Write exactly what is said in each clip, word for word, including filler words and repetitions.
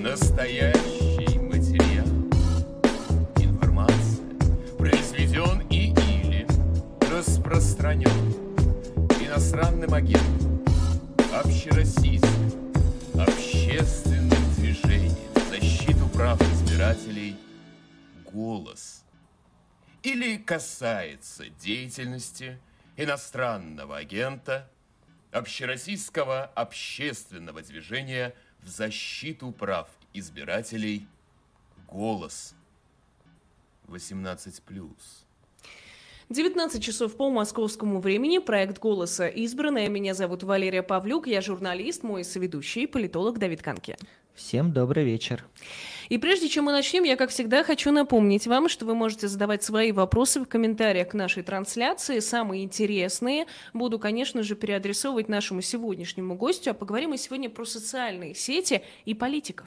Настоящий материал. Информация произведен и или распространен иностранным агентом, общероссийским, общественным движением в защиту прав избирателей «Голос» или касается деятельности иностранного агента, общероссийского общественного движения в защиту прав избирателей «Голос». восемнадцать плюс. девятнадцать часов по московскому времени. Проект «Голоса» избранная. Меня зовут Валерия Павлюк. Я журналист, мой соведущий, политолог Давид Канке. Всем добрый вечер. И прежде чем мы начнем, я, как всегда, хочу напомнить вам, что вы можете задавать свои вопросы в комментариях к нашей трансляции. Самые интересные буду, конечно же, переадресовывать нашему сегодняшнему гостю. А поговорим мы сегодня про социальные сети и политиков.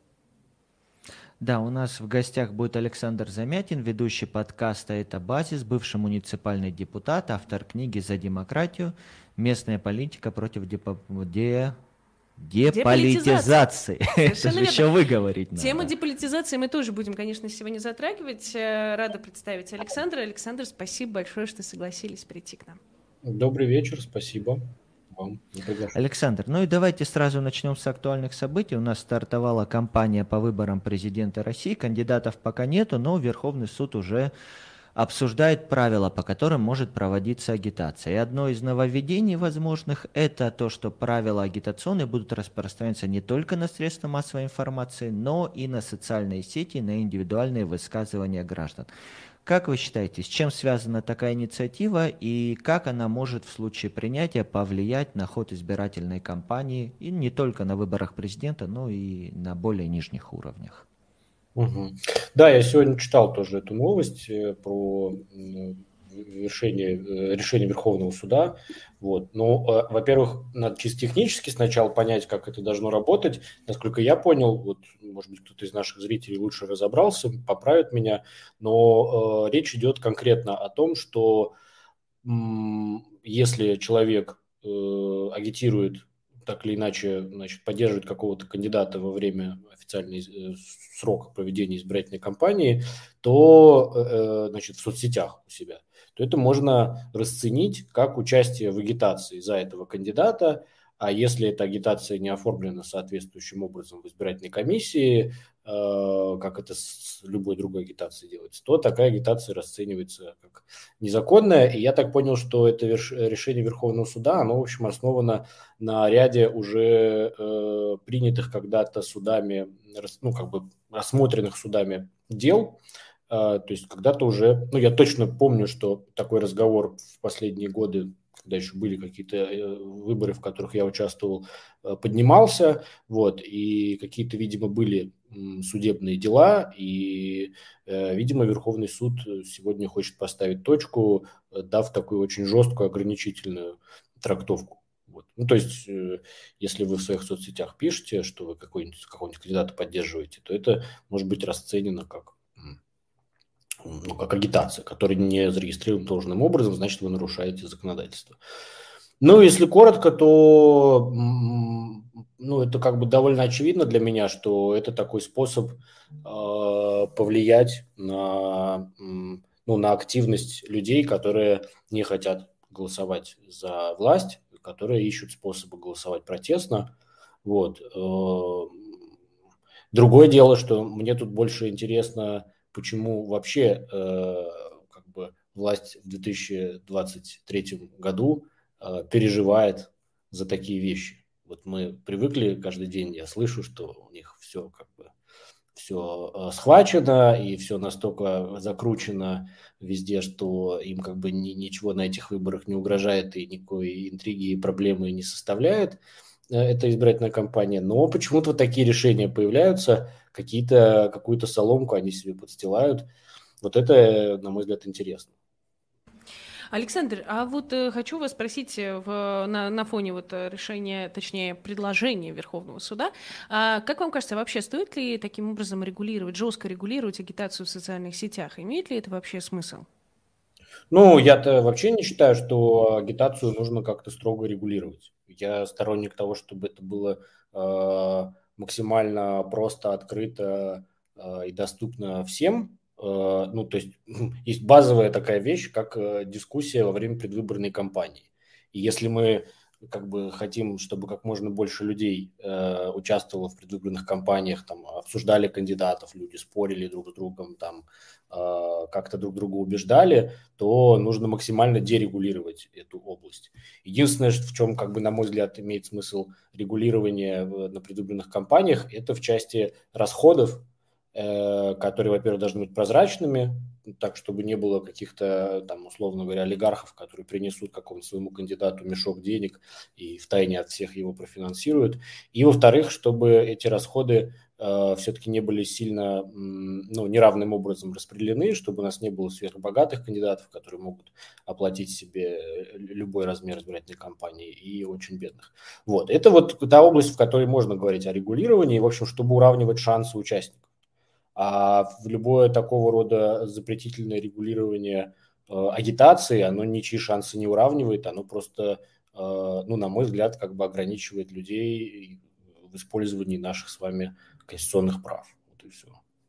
Да, у нас в гостях будет Александр Замятин, ведущий подкаста «Это базис», бывший муниципальный депутат, автор книги «За демократию. Местная политика против депо... де... деполитизации». Это же еще выговорить надо. Тему деполитизации мы тоже будем, конечно, сегодня затрагивать. Рада представить Александра. Александр, спасибо большое, что согласились прийти к нам. Добрый вечер, спасибо. Александр, ну и давайте сразу начнем с актуальных событий. У нас стартовала кампания по выборам президента России. Кандидатов пока нету, но Верховный суд уже обсуждает правила, по которым может проводиться агитация. И одно из нововведений возможных – это то, что правила агитационные будут распространяться не только на средства массовой информации, но и на социальные сети, на индивидуальные высказывания граждан. Как вы считаете, с чем связана такая инициатива и как она может в случае принятия повлиять на ход избирательной кампании и не только на выборах президента, но и на более нижних уровнях? Угу. Да, я сегодня читал тоже эту новость про решение, решение Верховного суда. Вот. Но, во-первых, надо чисто технически сначала понять, как это должно работать. Насколько я понял, вот, может быть, кто-то из наших зрителей лучше разобрался, поправит меня, но э, речь идет конкретно о том, что м, если человек э, агитирует, так или иначе, значит, поддерживает какого-то кандидата во время официального э, срока проведения избирательной кампании, то э, значит, в соцсетях у себя, то это можно расценить как участие в агитации за этого кандидата, а если эта агитация не оформлена соответствующим образом в избирательной комиссии, э, как это с любой другой агитацией делается, то такая агитация расценивается как незаконная. И я так понял, что это верш... решение Верховного суда, оно, в общем, основано на ряде уже э, принятых когда-то судами, ну, как бы рассмотренных судами дел. Uh, то есть когда-то уже, ну я точно помню, что такой разговор в последние годы, когда еще были какие-то э, выборы, в которых я участвовал, э, поднимался, вот, и какие-то, видимо, были м, судебные дела, и, э, видимо, Верховный суд сегодня хочет поставить точку, э, дав такую очень жесткую ограничительную трактовку. Вот. Ну, то есть, э, если вы в своих соцсетях пишете, что вы какой-нибудь, какого-нибудь кандидата поддерживаете, то это может быть расценено как ну, как агитация, которая не зарегистрирована должным образом, значит, вы нарушаете законодательство. Ну, если коротко, то ну, это как бы довольно очевидно для меня, что это такой способ э, повлиять на, ну, на активность людей, которые не хотят голосовать за власть, которые ищут способы голосовать протестно. Вот. Другое дело, что мне тут больше интересно, почему вообще э, как бы власть в две тысячи двадцать третьем году э, переживает за такие вещи. Вот мы привыкли каждый день, я слышу, что у них все как бы все э, схвачено и все настолько закручено везде, что им как бы ни, ничего на этих выборах не угрожает и никакой интриги и проблемы не составляет эта избирательная кампания. Но почему-то вот такие решения появляются, какие-то, какую-то соломку они себе подстилают. Вот это, на мой взгляд, интересно. Александр, а вот э, хочу вас спросить в, на, на фоне вот решения, точнее, предложения Верховного суда, а как вам кажется, вообще стоит ли таким образом регулировать, жестко регулировать агитацию в социальных сетях? Имеет ли это вообще смысл? Ну, я-то вообще не считаю, что агитацию нужно как-то строго регулировать. Я сторонник того, чтобы это было э, максимально просто, открыто и доступно всем. Ну, то есть есть базовая такая вещь, как дискуссия во время предвыборной кампании. И если мы как бы хотим, чтобы как можно больше людей э, участвовало в предвыборных кампаниях, там, обсуждали кандидатов, люди спорили друг с другом, там, э, как-то друг друга убеждали, то нужно максимально дерегулировать эту область. Единственное, в чем, как бы, на мой взгляд, имеет смысл регулирование на предвыборных кампаниях, это в части расходов, э, которые, во-первых, должны быть прозрачными, так, чтобы не было каких-то, там, условно говоря, олигархов, которые принесут какому-то своему кандидату мешок денег и втайне от всех его профинансируют. И, во-вторых, чтобы эти расходы э, все-таки не были сильно, ну, неравным образом распределены, чтобы у нас не было сверхбогатых кандидатов, которые могут оплатить себе любой размер избирательной кампании, и очень бедных. Вот. Это вот та область, в которой можно говорить о регулировании, в общем, чтобы уравнивать шансы участников. А в любое такого рода запретительное регулирование э, агитации, оно ничьи шансы не уравнивает, оно просто, э, ну, на мой взгляд, как бы ограничивает людей в использовании наших с вами конституционных прав. Вот и все.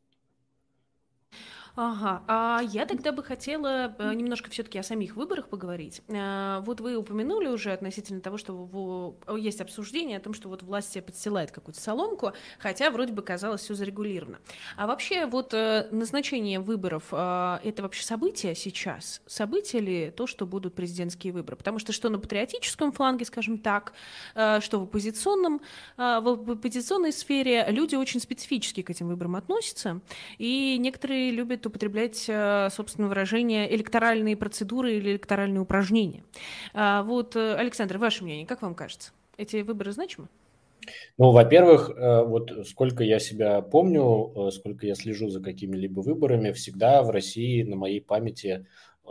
Ага, а я тогда бы хотела немножко все-таки о самих выборах поговорить. Вот вы упомянули уже относительно того, что есть обсуждение о том, что вот власть себе подстилает какую-то соломку, хотя вроде бы казалось все зарегулировано. А вообще вот назначение выборов — это вообще событие сейчас? Событие ли то, что будут президентские выборы? Потому что что на патриотическом фланге, скажем так, что в оппозиционном, в оппозиционной сфере люди очень специфически к этим выборам относятся, и некоторые любят употреблять, собственно, выражение электоральные процедуры или электоральные упражнения. Вот, Александр, ваше мнение, как вам кажется? Эти выборы значимы? Ну, во-первых, вот сколько я себя помню, сколько я слежу за какими-либо выборами, всегда в России на моей памяти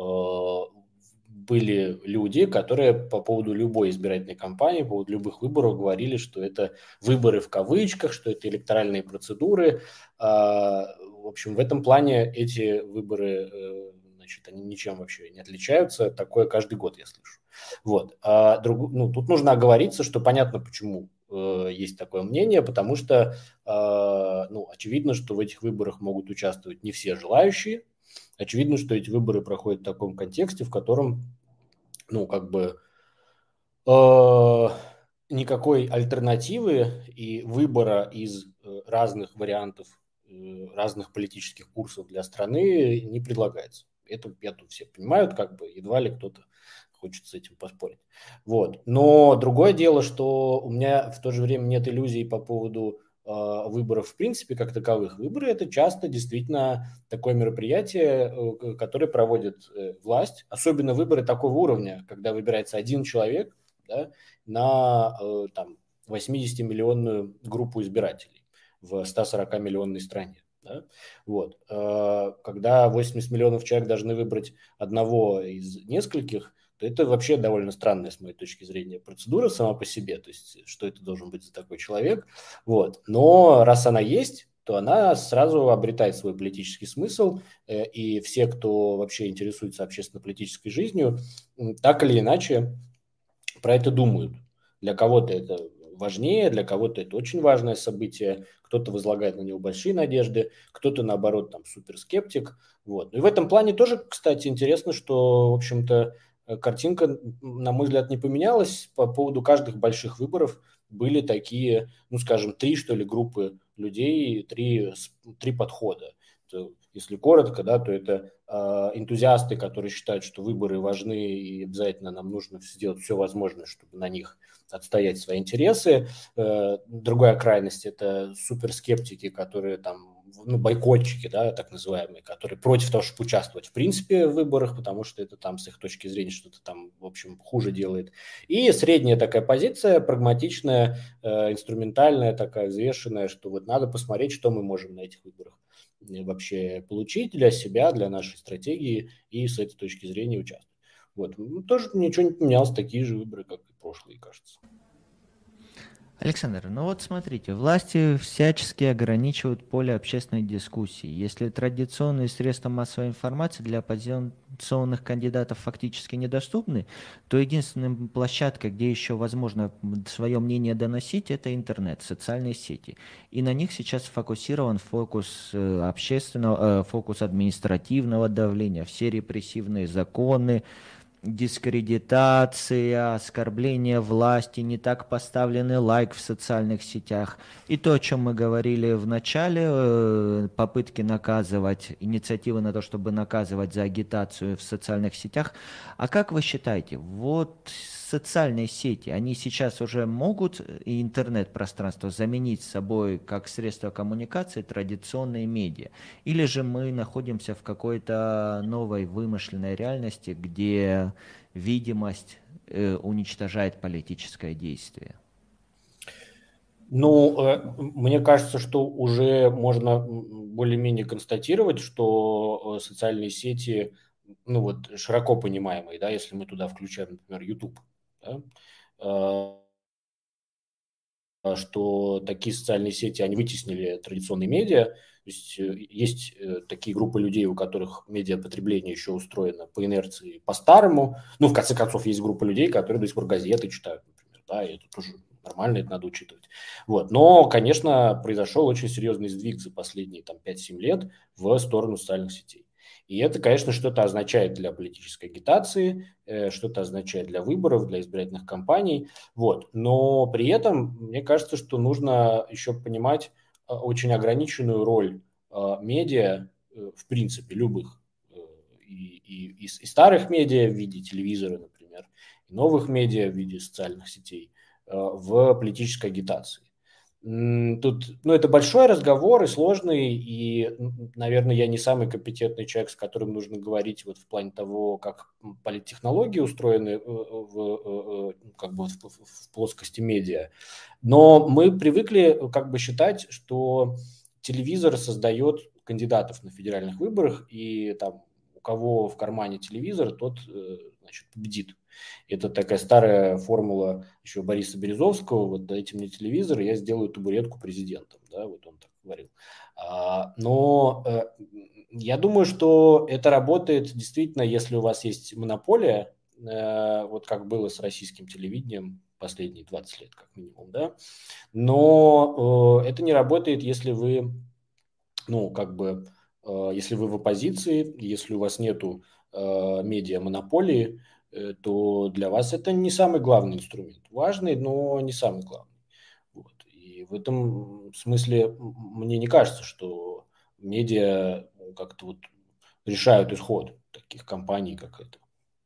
были люди, которые по поводу любой избирательной кампании, по поводу любых выборов говорили, что это выборы в кавычках, что это электоральные процедуры. В общем, в этом плане эти выборы, значит, они ничем вообще не отличаются. Такое каждый год я слышу. Вот. А друг, ну, тут нужно оговориться, что понятно, почему э, есть такое мнение, потому что, э, ну, очевидно, что в этих выборах могут участвовать не все желающие. Очевидно, что эти выборы проходят в таком контексте, в котором, ну, как бы э, никакой альтернативы и выбора из э, разных вариантов, э, разных политических курсов для страны не предлагается. Это, я тут все понимают, как бы едва ли кто-то хочет с этим поспорить. Вот. Но другое дело, что у меня в то же время нет иллюзий по поводу выборов в принципе как таковых. Выборы — это часто действительно такое мероприятие, которое проводит власть, особенно выборы такого уровня, когда выбирается один человек, да, на там, восьмидесятимиллионную группу избирателей в ста сорока миллионной стране. Да? Вот. Когда восемьдесят миллионов человек должны выбрать одного из нескольких, то это вообще довольно странная, с моей точки зрения, процедура сама по себе. То есть, что это должен быть за такой человек. Вот. Но раз она есть, то она сразу обретает свой политический смысл. И все, кто вообще интересуется общественно-политической жизнью, так или иначе про это думают. Для кого-то это важнее, для кого-то это очень важное событие, кто-то возлагает на него большие надежды, кто-то, наоборот, там суперскептик. Вот. И в этом плане тоже, кстати, интересно, что, в общем-то, картинка, на мой взгляд, не поменялась. По поводу каждых больших выборов были такие, ну, скажем, три, что ли, группы людей, три, три подхода. Если коротко, да, то это э, энтузиасты, которые считают, что выборы важны и обязательно нам нужно сделать все возможное, чтобы на них отстоять свои интересы. Э, другая крайность – это суперскептики, которые там, ну, бойкотчики, да, так называемые, которые против того, чтобы участвовать в принципе в выборах, потому что это там с их точки зрения что-то там, в общем, хуже делает. И средняя такая позиция, прагматичная, э, инструментальная, такая взвешенная, что вот надо посмотреть, что мы можем на этих выборах вообще получить для себя, для нашей стратегии, и с этой точки зрения участвовать. Вот. Тоже ничего не поменялось, такие же выборы, как и прошлые, кажется. Александр, ну вот смотрите, власти всячески ограничивают поле общественной дискуссии. Если традиционные средства массовой информации для оппозиционных кандидатов фактически недоступны, то единственная площадка, где еще возможно свое мнение доносить, это интернет, социальные сети. И на них сейчас сфокусирован фокус общественного, фокус административного давления, все репрессивные законы, дискредитация, оскорбление власти, не так поставленный лайк в социальных сетях. И то, о чем мы говорили в начале, попытки наказывать, инициативы на то, чтобы наказывать за агитацию в социальных сетях. А как вы считаете, вот социальные сети, они сейчас уже могут и интернет-пространство заменить собой как средство коммуникации традиционные медиа? Или же мы находимся в какой-то новой вымышленной реальности, где видимость э, уничтожает политическое действие? Ну, э, мне кажется, что уже можно более-менее констатировать, что социальные сети, ну вот широко понимаемые, да, если мы туда включаем, например, YouTube, да, э, что такие социальные сети, они вытеснили традиционные медиа. То есть есть такие группы людей, у которых медиапотребление еще устроено по инерции по-старому. Ну, в конце концов, есть группа людей, которые до сих пор газеты читают, например, да, и это тоже нормально, это надо учитывать. Вот. Но, конечно, произошел очень серьезный сдвиг за последние там, пять-семь лет в сторону социальных сетей. И это, конечно, что-то означает для политической агитации, э, что-то означает для выборов, для избирательных кампаний. Вот. Но при этом, мне кажется, что нужно еще понимать э, очень ограниченную роль э, медиа, э, в принципе, любых. Э, и, и, и, и старых медиа в виде телевизора, например, и новых медиа в виде социальных сетей э, в политической агитации. Тут, ну, это большой разговор и сложный, и, наверное, я не самый компетентный человек, с которым нужно говорить вот в плане того, как политтехнологии устроены в, как бы в, в плоскости медиа. Но мы привыкли как бы считать, что телевизор создает кандидатов на федеральных выборах, и там у кого в кармане телевизор, тот, значит, победит. Это такая старая формула еще Бориса Березовского: вот дайте мне телевизор, и я сделаю табуретку президентом. Да, вот он так говорил. А, но э, я думаю, что это работает действительно, если у вас есть монополия, э, вот как было с российским телевидением последние двадцать лет, как минимум, да. Но э, это не работает, если вы, ну, как бы, э, если вы в оппозиции, если у вас нету э, медиа-монополии, то для вас это не самый главный инструмент. Важный, но не самый главный. Вот. И в этом смысле мне не кажется, что медиа как-то вот решают исход таких компаний, как это.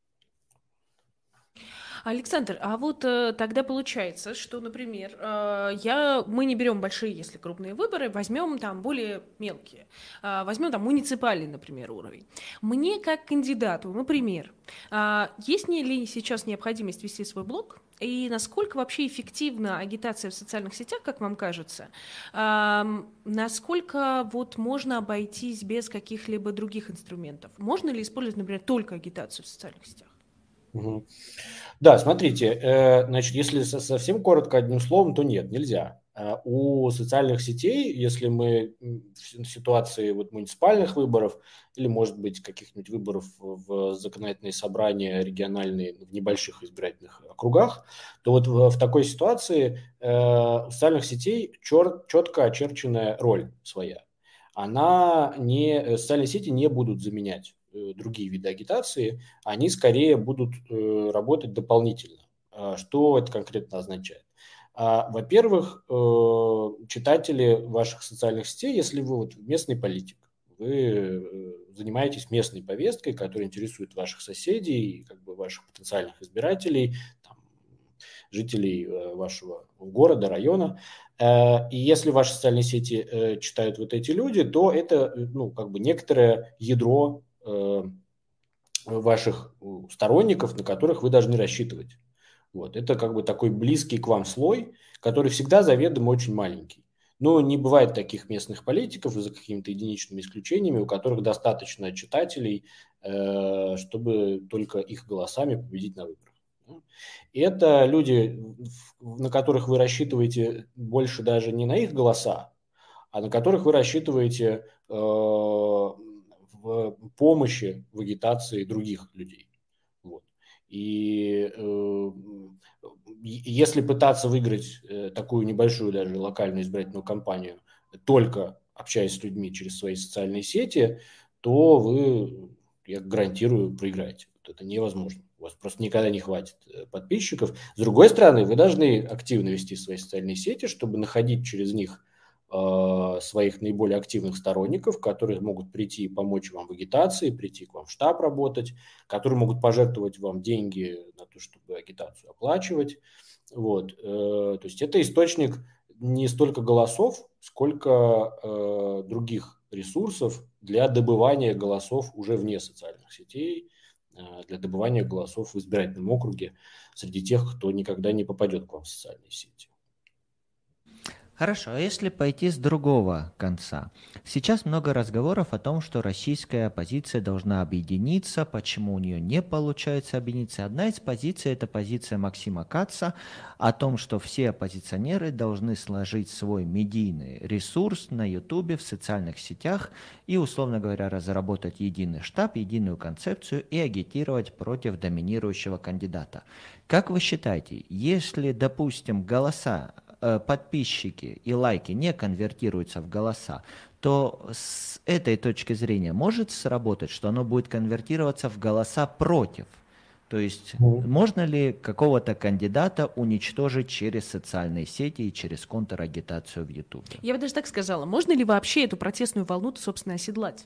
Александр, а вот э, тогда получается, что, например, э, я, мы не берем большие, если крупные выборы, возьмем там более мелкие, э, возьмем там муниципальный, например, уровень. Мне как кандидату, например, э, есть ли сейчас необходимость вести свой блог? И насколько вообще эффективна агитация в социальных сетях, как вам кажется? Э, насколько вот можно обойтись без каких-либо других инструментов? Можно ли использовать, например, только агитацию в социальных сетях? Угу. Да, смотрите, э, значит, если совсем коротко одним словом, то нет, нельзя. Э, у социальных сетей, если мы в ситуации вот муниципальных выборов или, может быть, каких-нибудь выборов в законодательные собрания региональные в небольших избирательных округах, то вот в, в такой ситуации э, у социальных сетей чер, четко очерченная роль своя. Она не, социальные сети не будут заменять другие виды агитации, они скорее будут э, работать дополнительно. А что это конкретно означает? А, во-первых, э, читатели ваших социальных сетей, если вы вот местный политик, вы э, занимаетесь местной повесткой, которая интересует ваших соседей, как бы ваших потенциальных избирателей, там, жителей э, вашего города, района. Э, и если ваши социальные сети э, читают вот эти люди, то это, ну, как бы некоторое ядро ваших сторонников, на которых вы должны рассчитывать. Вот. Это как бы такой близкий к вам слой, который всегда заведомо очень маленький. Но не бывает таких местных политиков, за какими-то единичными исключениями, у которых достаточно читателей, чтобы только их голосами победить на выборах. И это люди, на которых вы рассчитываете больше даже не на их голоса, а на которых вы рассчитываете в помощи в агитации других людей. Вот. И э, если пытаться выиграть э, такую небольшую даже локальную избирательную кампанию, только общаясь с людьми через свои социальные сети, то вы, я гарантирую, проиграете. Вот это невозможно. У вас просто никогда не хватит подписчиков. С другой стороны, вы должны активно вести свои социальные сети, чтобы находить через них э, своих наиболее активных сторонников, которые могут прийти и помочь вам в агитации, прийти к вам в штаб работать, которые могут пожертвовать вам деньги на то, чтобы агитацию оплачивать. Вот. Э, то есть это источник не столько голосов, сколько э, других ресурсов для добывания голосов уже вне социальных сетей, э, для добывания голосов в избирательном округе среди тех, кто никогда не попадет к вам в социальные сети. Хорошо, а если пойти с другого конца? Сейчас много разговоров о том, что российская оппозиция должна объединиться, почему у нее не получается объединиться. Одна из позиций – это позиция Максима Каца о том, что все оппозиционеры должны сложить свой медийный ресурс на Ютубе, в социальных сетях и, условно говоря, разработать единый штаб, единую концепцию и агитировать против доминирующего кандидата. Как вы считаете, если, допустим, голоса, подписчики и лайки не конвертируются в голоса, то с этой точки зрения может сработать, что оно будет конвертироваться в голоса против? То есть mm. можно ли какого-то кандидата уничтожить через социальные сети и через контрагитацию в Ютубе? Я бы даже так сказала, можно ли вообще эту протестную волну, собственно, оседлать?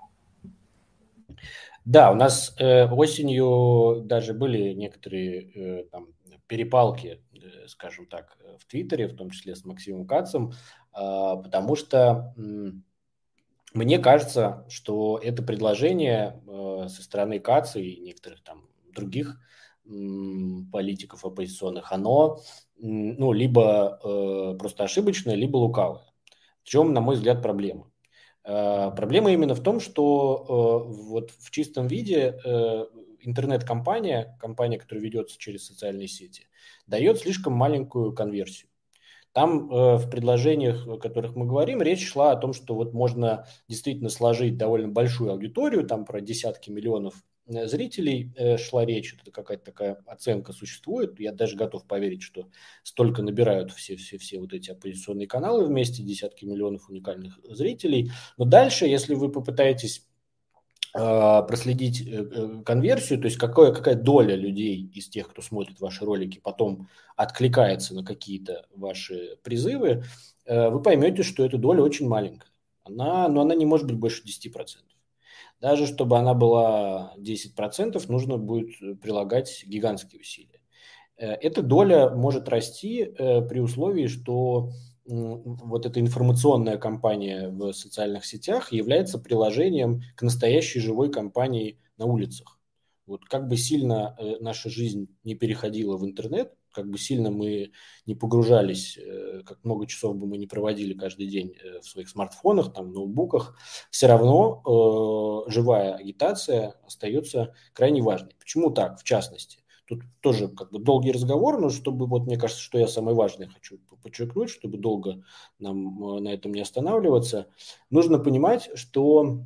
Да, у нас э, осенью даже были некоторые э, там, перепалки, э, скажем так, в Твиттере, в том числе с Максимом Кацем, э, потому что э, мне кажется, что это предложение э, со стороны Каца и некоторых там других э, политиков оппозиционных, оно э, ну, либо э, просто ошибочное, либо лукавое. В чем, на мой взгляд, проблема? Проблема именно в том, что э, вот в чистом виде э, интернет-компания, компания, которая ведется через социальные сети, дает слишком маленькую конверсию. Там э, в предложениях, о которых мы говорим, речь шла о том, что вот можно действительно сложить довольно большую аудиторию, там про десятки миллионов зрителей э, шла речь, это какая-то такая оценка существует, я даже готов поверить, что столько набирают все-все-все вот эти оппозиционные каналы вместе, десятки миллионов уникальных зрителей, но дальше, если вы попытаетесь э, проследить э, конверсию, то есть какая, какая доля людей из тех, кто смотрит ваши ролики, потом откликается на какие-то ваши призывы, э, вы поймете, что эта доля очень маленькая, она, но она не может быть больше десяти процентов. Даже чтобы она была десять процентов, нужно будет прилагать гигантские усилия. Эта доля может расти при условии, что вот эта информационная кампания в социальных сетях является приложением к настоящей живой кампании на улицах. Вот как бы сильно наша жизнь не переходила в интернет, как бы сильно мы не погружались, как много часов бы мы не проводили каждый день в своих смартфонах, там, ноутбуках, все равно э, живая агитация остается крайне важной. Почему так, в частности? Тут тоже как бы долгий разговор, но чтобы, вот мне кажется, что я самое важное хочу подчеркнуть, чтобы долго нам на этом не останавливаться, нужно понимать, что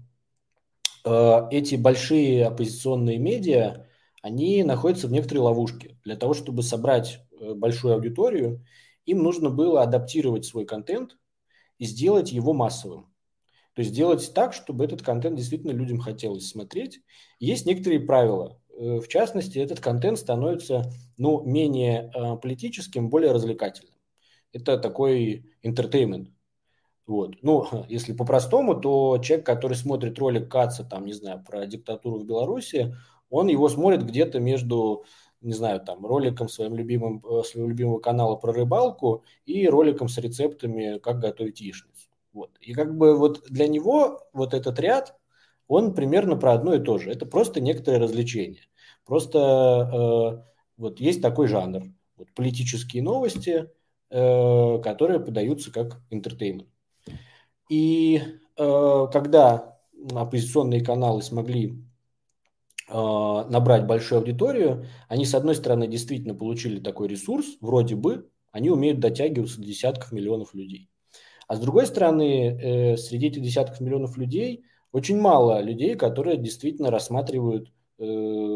э, эти большие оппозиционные медиа, они находятся в некоторой ловушке. Для того, чтобы собрать большую аудиторию, им нужно было адаптировать свой контент и сделать его массовым. То есть сделать так, чтобы этот контент действительно людям хотелось смотреть. Есть некоторые правила. В частности, этот контент становится ну, менее э, политическим, более развлекательным. Это такой entertainment. Вот. Ну, если по-простому, то человек, который смотрит ролик Каца, там, не знаю, про диктатуру в Беларуси, он его смотрит где-то между, не знаю, там, роликом своим любимым, своего любимого канала про рыбалку и роликом с рецептами, как готовить яичницу. Вот. И как бы вот для него вот этот ряд, он примерно про одно и то же. Это просто некоторое развлечение. Просто э, вот есть такой жанр. Вот, политические новости, э, которые подаются как entertainment. И э, когда оппозиционные каналы смогли набрать большую аудиторию, они, с одной стороны, действительно получили такой ресурс, вроде бы, они умеют дотягиваться до десятков миллионов людей. А с другой стороны, э, среди этих десятков миллионов людей очень мало людей, которые действительно рассматривают э,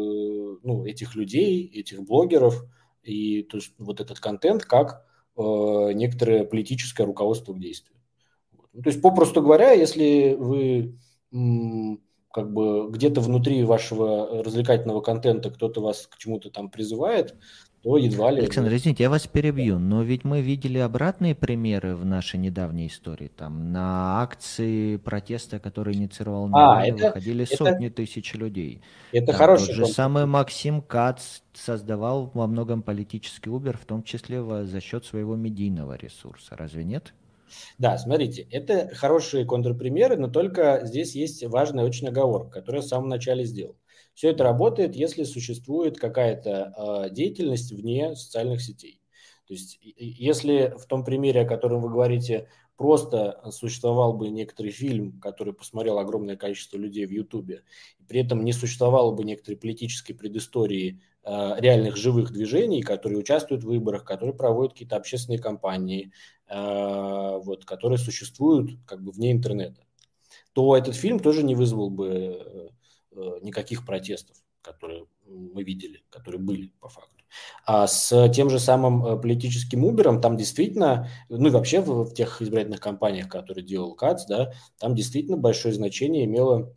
ну, этих людей, этих блогеров и то есть, вот этот контент как э, некоторое политическое руководство к действию. Ну, то есть, попросту говоря, если вы м, как бы где-то внутри вашего развлекательного контента кто-то вас к чему-то там призывает, то едва ли Александр, вы... извините, я вас перебью, но ведь мы видели обратные примеры в нашей недавней истории. Там на акции протеста, которые инициировал А, Навальный, это, выходили это, сотни тысяч людей. это Там тот хороший же самый контент. Максим Кац создавал во многом политический Uber, в том числе во- за счет своего медийного ресурса. Разве нет? Да, смотрите, это хорошие контрпримеры, но только здесь есть важная очень оговорка, которую я в самом начале сделал. Все это работает, если существует какая-то э, деятельность вне социальных сетей. То есть, и- и если в том примере, о котором вы говорите, просто существовал бы некоторый фильм, который посмотрел огромное количество людей в Ютубе, и при этом не существовало бы некоторой политической предыстории э, реальных живых движений, которые участвуют в выборах, которые проводят какие-то общественные кампании, э, вот, которые существуют как бы вне интернета, то этот фильм тоже не вызвал бы э, э, никаких протестов, которые мы видели, которые были по факту. А с тем же самым э, политическим Убером там действительно, ну и вообще в, в тех избирательных кампаниях, которые делал Кац, да, там действительно большое значение имело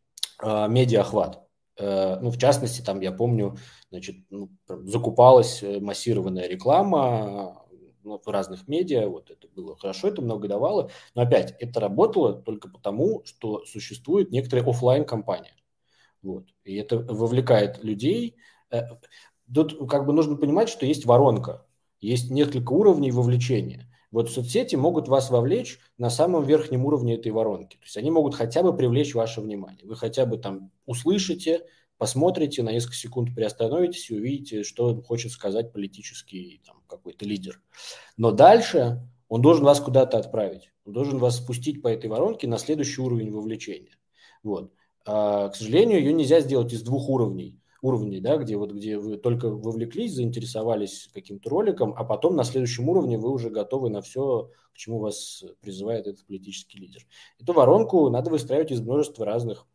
э, медиаохват. Э, ну, в частности, там, я помню, значит, ну, закупалась э, массированная реклама ну, в разных медиа, вот это было хорошо, это много давало, но опять, это работало только потому, что существует некоторая офлайн компания. Вот. И это вовлекает людей. Э, Тут как бы нужно понимать, что есть воронка, есть несколько уровней вовлечения. Вот соцсети могут вас вовлечь на самом верхнем уровне этой воронки. То есть они могут хотя бы привлечь ваше внимание. Вы хотя бы там услышите, посмотрите, на несколько секунд приостановитесь и увидите, что хочет сказать политический там, какой-то лидер. Но дальше он должен вас куда-то отправить. Он должен вас спустить по этой воронке на следующий уровень вовлечения. Вот. А, к сожалению, ее нельзя сделать из двух уровней. Уровней, да, где, вот, где вы только вовлеклись, заинтересовались каким-то роликом, а потом на следующем уровне вы уже готовы на все, к чему вас призывает этот политический лидер. Эту воронку надо выстраивать из множества разных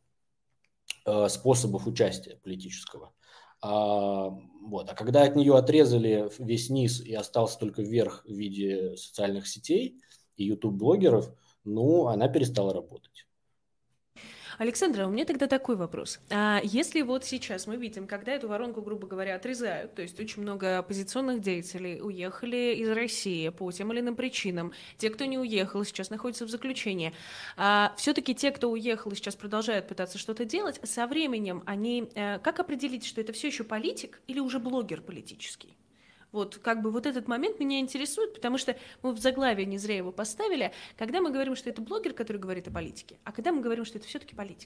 э, способов участия политического. А, вот. А когда от нее отрезали весь низ и остался только вверх в виде социальных сетей и YouTube-блогеров, ну, она перестала работать. Александра, у меня тогда такой вопрос. А если вот сейчас мы видим, когда эту воронку, грубо говоря, отрезают, то есть очень много оппозиционных деятелей уехали из России по тем или иным причинам, те, кто не уехал, сейчас находятся в заключении, а все-таки те, кто уехал и сейчас продолжают пытаться что-то делать, со временем они, как определить, что это все еще политик или уже блогер политический? Вот как бы вот этот момент меня интересует, потому что мы в заглавии не зря его поставили, когда мы говорим, что это блогер, который говорит о политике, а когда мы говорим, что это все-таки политик.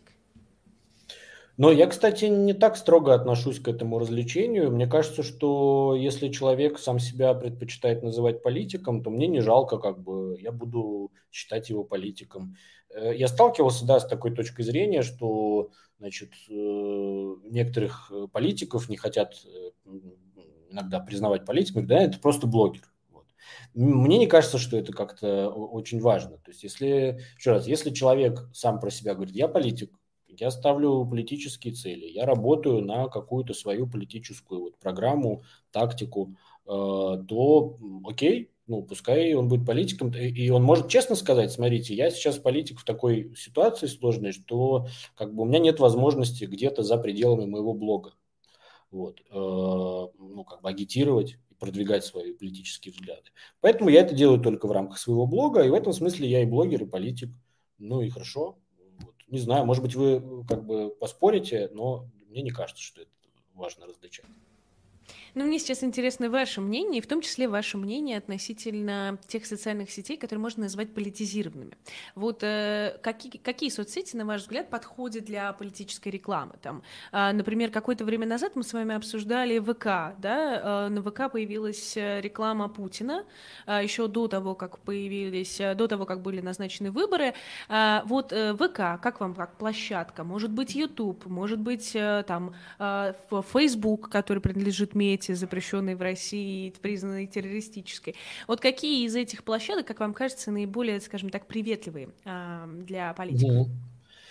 Но я, кстати, не так строго отношусь к этому развлечению. Мне кажется, что если человек сам себя предпочитает называть политиком, то мне не жалко, как бы я буду считать его политиком. Я сталкивался, да, с такой точкой зрения, что, значит, некоторых политиков не хотят иногда признавать политиками, да, это просто блогер. Вот. Мне не кажется, что это как-то очень важно. То есть, если, еще раз, если человек сам про себя говорит, я политик, я ставлю политические цели, я работаю на какую-то свою политическую вот программу, тактику, э, то окей, ну, пускай он будет политиком, и он может честно сказать, смотрите, я сейчас политик в такой ситуации сложной, что как бы у меня нет возможности где-то за пределами моего блога. Вот, э, ну, как бы агитировать и продвигать свои политические взгляды. Поэтому я это делаю только в рамках своего блога, и в этом смысле я и блогер, и политик. Ну и хорошо. Вот. Не знаю, может быть, вы как бы поспорите, но мне не кажется, что это важно различать. Ну, мне сейчас интересно ваше мнение, и в том числе ваше мнение относительно тех социальных сетей, которые можно назвать политизированными. Вот э, какие, какие соцсети, на ваш взгляд, подходят для политической рекламы? Там, э, например, какое-то время назад мы с вами обсуждали ВК, да? Э, на ВК появилась реклама Путина, э, еще до того, как появились, э, до того, как были назначены выборы. Э, вот э, ВК, как вам как площадка? Может быть, YouTube, может быть, э, там, э, Facebook, который принадлежит Мете, запрещенной в России, признанной террористической. Вот какие из этих площадок, как вам кажется, наиболее, скажем так, приветливые э, для политиков?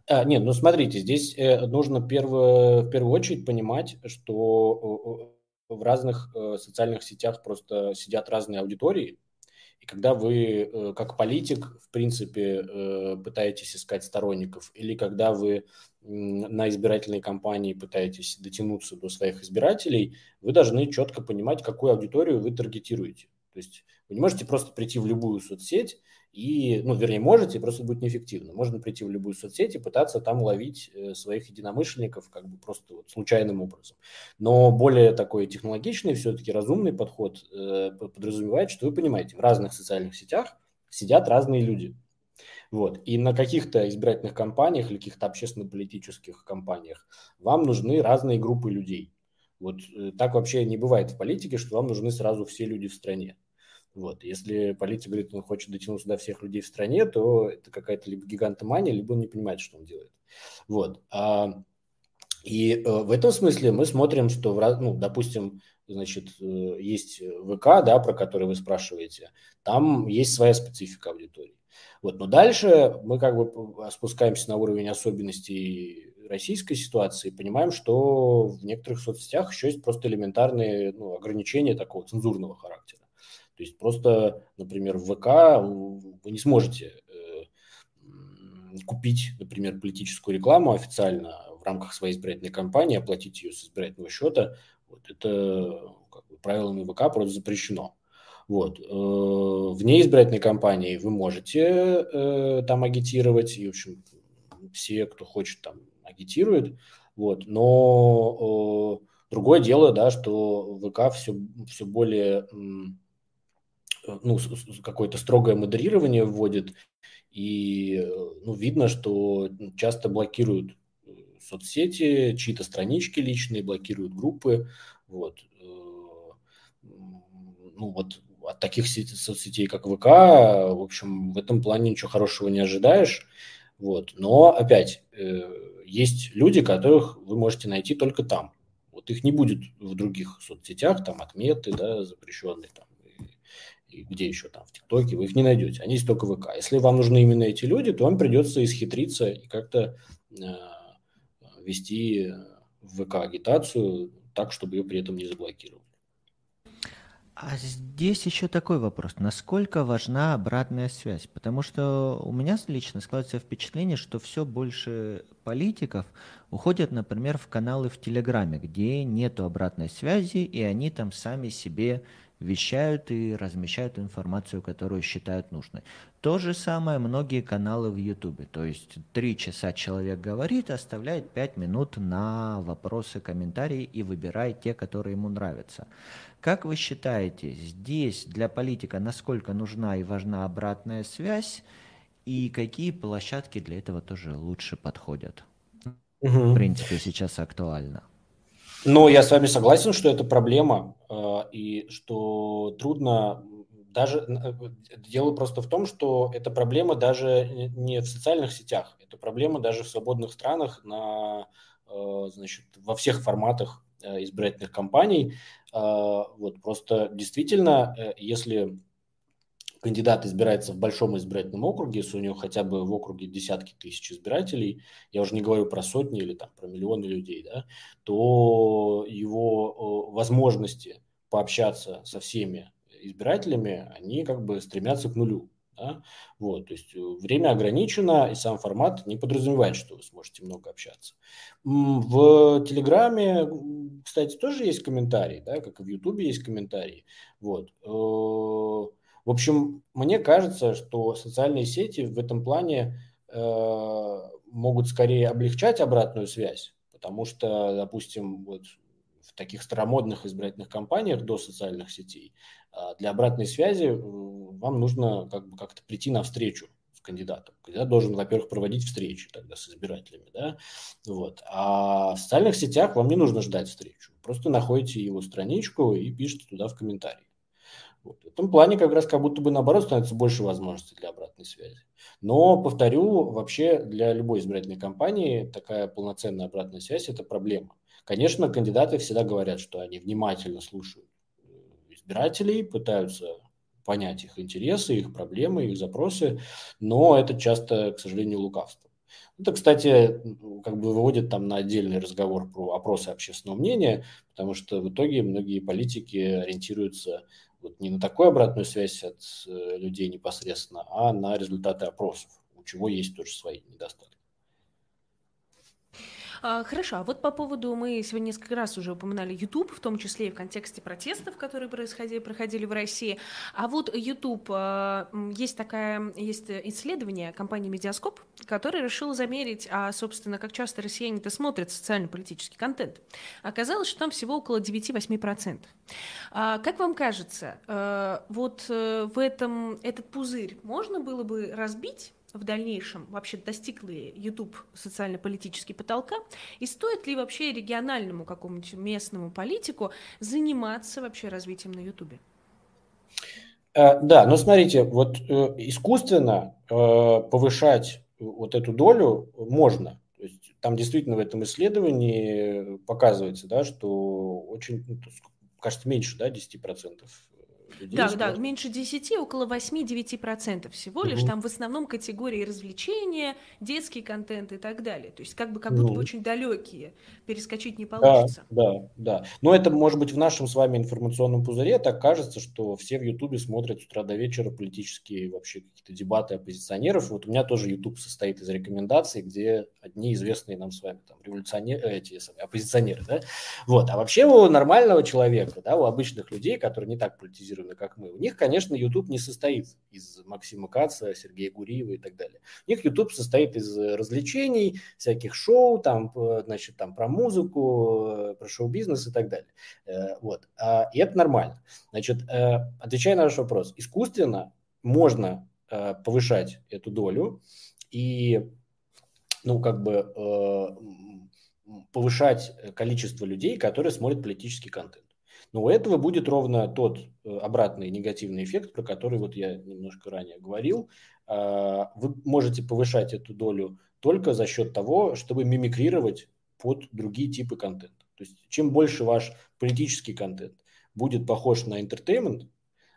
А, нет, ну смотрите, здесь э, нужно перво, в первую очередь понимать, что э, в разных э, социальных сетях просто сидят разные аудитории, и когда вы э, как политик, в принципе, э, пытаетесь искать сторонников, или когда вы м, на избирательной кампании пытаетесь дотянуться до своих избирателей, вы должны четко понимать, какую аудиторию вы таргетируете. То есть вы не можете просто прийти в любую соцсеть и, ну, вернее, можете, просто будет неэффективно. Можно прийти в любую соцсеть и пытаться там ловить э, своих единомышленников как бы просто вот случайным образом. Но более такой технологичный, все-таки разумный подход э, подразумевает, что вы понимаете, в разных социальных сетях сидят разные люди. Вот. И на каких-то избирательных кампаниях или каких-то общественно-политических кампаниях вам нужны разные группы людей. Вот э, так вообще не бывает в политике, что вам нужны сразу все люди в стране. Вот. Если политик говорит, он хочет дотянуться до всех людей в стране, то это какая-то либо гигантомания, либо он не понимает, что он делает. Вот. А, и э, в этом смысле мы смотрим, что, в, раз- ну, допустим, значит, э, есть ВК, да, про который вы спрашиваете, там есть своя специфика аудитории. Вот. Но дальше мы как бы спускаемся на уровень особенностей российской ситуации и понимаем, что в некоторых соцсетях еще есть просто элементарные, ну, ограничения такого цензурного характера. То есть просто, например, в ВК вы не сможете э, купить, например, политическую рекламу официально в рамках своей избирательной кампании, оплатить ее с избирательного счета. Вот это как бы, правилами ВК просто запрещено. Вот. Вне избирательной кампании вы можете э, там агитировать, и, в общем, все, кто хочет, там агитирует. Вот. Но э, другое дело, да, что ВК все, все более... ну, какое-то строгое модерирование вводит, и ну, видно, что часто блокируют соцсети, чьи-то странички личные, блокируют группы. Вот. Ну, вот от таких соцсетей, как ВК, в общем, в этом плане ничего хорошего не ожидаешь. Вот. Но, опять, есть люди, которых вы можете найти только там. Вот их не будет в других соцсетях, там отметы, да, запрещенные, там, и где еще там, в ТикТоке, вы их не найдете, они есть только в ВК. Если вам нужны именно эти люди, то вам придется исхитриться и как-то э, вести в ВК агитацию так, чтобы ее при этом не заблокировали. А здесь еще такой вопрос. Насколько важна обратная связь? Потому что у меня лично складывается впечатление, что все больше политиков уходят, например, в каналы в Телеграме, где нету обратной связи, и они там сами себе вещают и размещают информацию, которую считают нужной. То же самое многие каналы в Ютубе. То есть три часа человек говорит, оставляет пять минут на вопросы, комментарии и выбирает те, которые ему нравятся. Как вы считаете, здесь для политика насколько нужна и важна обратная связь, и какие площадки для этого тоже лучше подходят? Угу. В принципе, сейчас актуально. Ну, я с вами согласен, что это проблема, и что трудно даже... Дело просто в том, что эта проблема даже не в социальных сетях, это проблема даже в свободных странах на, значит, во всех форматах избирательных кампаний. Вот, просто действительно, если кандидат избирается в большом избирательном округе, если у него хотя бы в округе десятки тысяч избирателей, я уже не говорю про сотни или там, про миллионы людей, да, то его возможности пообщаться со всеми избирателями, они как бы стремятся к нулю. Да? Вот, то есть время ограничено, и сам формат не подразумевает, что вы сможете много общаться. В Телеграме, кстати, тоже есть комментарии, да, как и в Ютубе есть комментарии. Вот. В общем, мне кажется, что социальные сети в этом плане э, могут скорее облегчать обратную связь, потому что, допустим, вот в таких старомодных избирательных кампаниях до социальных сетей э, для обратной связи э, вам нужно как бы как-то прийти навстречу с кандидатом. Кандидат должен, во-первых, проводить встречи тогда с избирателями, да, вот. А в социальных сетях вам не нужно ждать встречу, просто находите его страничку и пишите туда в комментарии. Вот. В этом плане как раз как будто бы наоборот становится больше возможностей для обратной связи. Но, повторю, вообще для любой избирательной кампании такая полноценная обратная связь – это проблема. Конечно, кандидаты всегда говорят, что они внимательно слушают избирателей, пытаются понять их интересы, их проблемы, их запросы, но это часто, к сожалению, лукавство. Это, кстати, как бы выводит там на отдельный разговор про опросы общественного мнения, потому что в итоге многие политики ориентируются вот не на такую обратную связь от э, людей непосредственно, а на результаты опросов, у чего есть тоже свои недостатки. А, Хорошо, а вот по поводу, мы сегодня несколько раз уже упоминали YouTube, в том числе и в контексте протестов, которые происходили, проходили в России. А вот YouTube, а, м, есть такая, есть исследование компании Медиаскоп, которое решило замерить, а, собственно, как часто россияне-то смотрят социально-политический контент. Оказалось, что там всего около девять-восемь процентов. А, Как вам кажется, э, вот э, в этом этот пузырь можно было бы разбить в дальнейшем, вообще достиг ли YouTube социально-политический потолка, и стоит ли вообще региональному какому-нибудь местному политику заниматься вообще развитием на YouTube? Э, Да, но смотрите, вот э, искусственно э, повышать вот эту долю можно. То есть там действительно в этом исследовании показывается, да, что очень, ну, то есть, кажется, меньше, да, десять процентов людей Да, да, смотрят. меньше десяти, около восемь-девять процентов всего лишь. Мгм. Там в основном категории развлечения, детский контент и так далее. То есть как бы как будто бы Ну, очень далекие. Перескочить не да, получится. да, да. Но это, может быть, в нашем с вами информационном пузыре так кажется, что все в Ютубе смотрят с утра до вечера политические вообще какие-то дебаты оппозиционеров. Вот у меня тоже Ютуб состоит из рекомендаций, где одни известные нам с вами там революционеры, э, эти самые, оппозиционеры, да. Вот. А вообще у нормального человека, да, у обычных людей, которые не так политизированы, как мы, у них, конечно, Ютуб не состоит из Максима Каца, Сергея Гуриева и так далее. У них Ютуб состоит из развлечений, всяких шоу, там, э, значит, там про музыку, э, про шоу-бизнес и так далее. Э, Вот. А, И это нормально. Значит, э, отвечая на ваш вопрос, искусственно можно э, повышать эту долю и, ну, как бы э, м, м, повышать количество людей, которые смотрят политический контент. Но у этого будет ровно тот э, обратный негативный эффект, про который вот я немножко ранее говорил. А, Вы можете повышать эту долю только за счет того, чтобы мимикрировать под другие типы контента. То есть чем больше ваш политический контент будет похож на entertainment,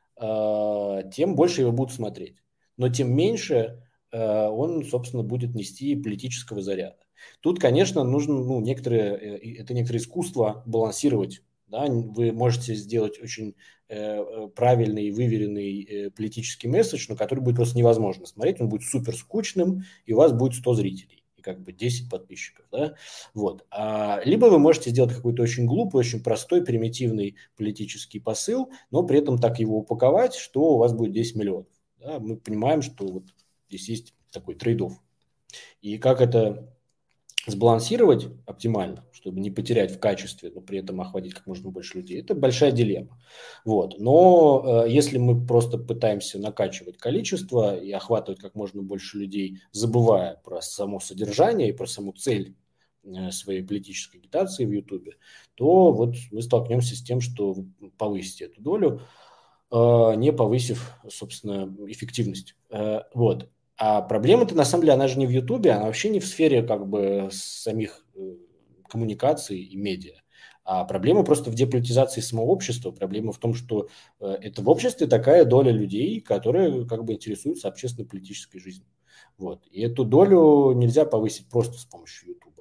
а, тем больше его будут смотреть. Но тем меньше а, он, собственно, будет нести политического заряда. Тут, конечно, нужно, ну, некоторые, э, это некоторое искусство балансировать. Да? Вы можете сделать очень э, правильный, выверенный э, политический месседж, но который будет просто невозможно смотреть, он будет супер скучным, и у вас будет сто зрителей и как бы десять подписчиков. Да? Вот. А, либо вы можете сделать какой-то очень глупый, очень простой, примитивный политический посыл, но при этом так его упаковать, что у вас будет десять миллионов. Да? Мы понимаем, что вот здесь есть такой трейд-офф. И как это сбалансировать оптимально, чтобы не потерять в качестве, но при этом охватить как можно больше людей, это большая дилемма. Вот. Но э, если мы просто пытаемся накачивать количество и охватывать как можно больше людей, забывая про само содержание и про саму цель э, своей политической агитации в Ютубе, то вот мы столкнемся с тем, что вы повысите эту долю, э, не повысив, собственно, эффективность. Э, вот. А проблема-то, на самом деле, она же не в Ютубе, она вообще не в сфере как бы самих э, коммуникаций и медиа. А проблема просто в деполитизации самого общества. Проблема в том, что э, это в обществе такая доля людей, которые как бы интересуются общественно-политической жизнью. Вот. И эту долю нельзя повысить просто с помощью Ютуба.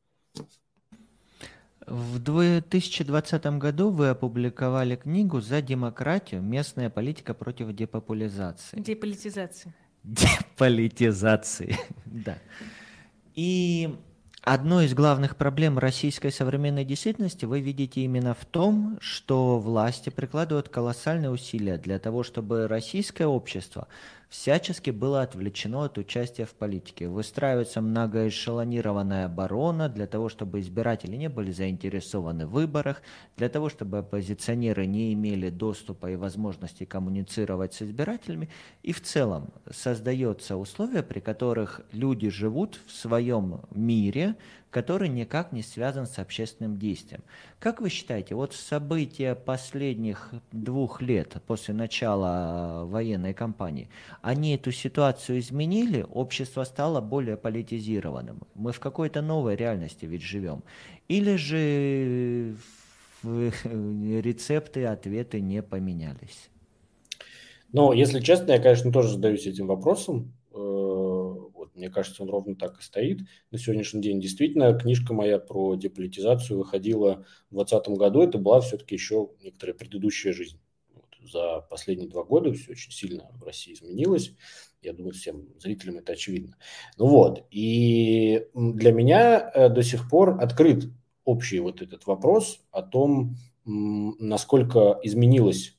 В две тысячи двадцатом году вы опубликовали книгу «За демократию. Местная политика против депопулизации». Деполитизация. Деполитизации, да. И одну из главных проблем российской современной действительности вы видите именно в том, что власти прикладывают колоссальные усилия для того, чтобы российское общество всячески было отвлечено от участия в политике. Выстраивается многоэшелонированная оборона для того, чтобы избиратели не были заинтересованы в выборах, для того, чтобы оппозиционеры не имели доступа и возможности коммуницировать с избирателями. И в целом создается условия, при которых люди живут в своем мире, который никак не связан с общественным действием. Как вы считаете, вот события последних двух лет после начала военной кампании, они эту ситуацию изменили, общество стало более политизированным? Мы в какой-то новой реальности ведь живем. Или же рецепты, ответы не поменялись? Но, если честно, я, конечно, тоже задаюсь этим вопросом. Мне кажется, он ровно так и стоит на сегодняшний день. Действительно, книжка моя про деполитизацию выходила в двадцатом году. Это была все-таки еще некоторая предыдущая жизнь. Вот. За последние два года все очень сильно в России изменилось. Я думаю, всем зрителям это очевидно. Ну вот, и для меня до сих пор открыт общий вот этот вопрос о том, насколько изменилась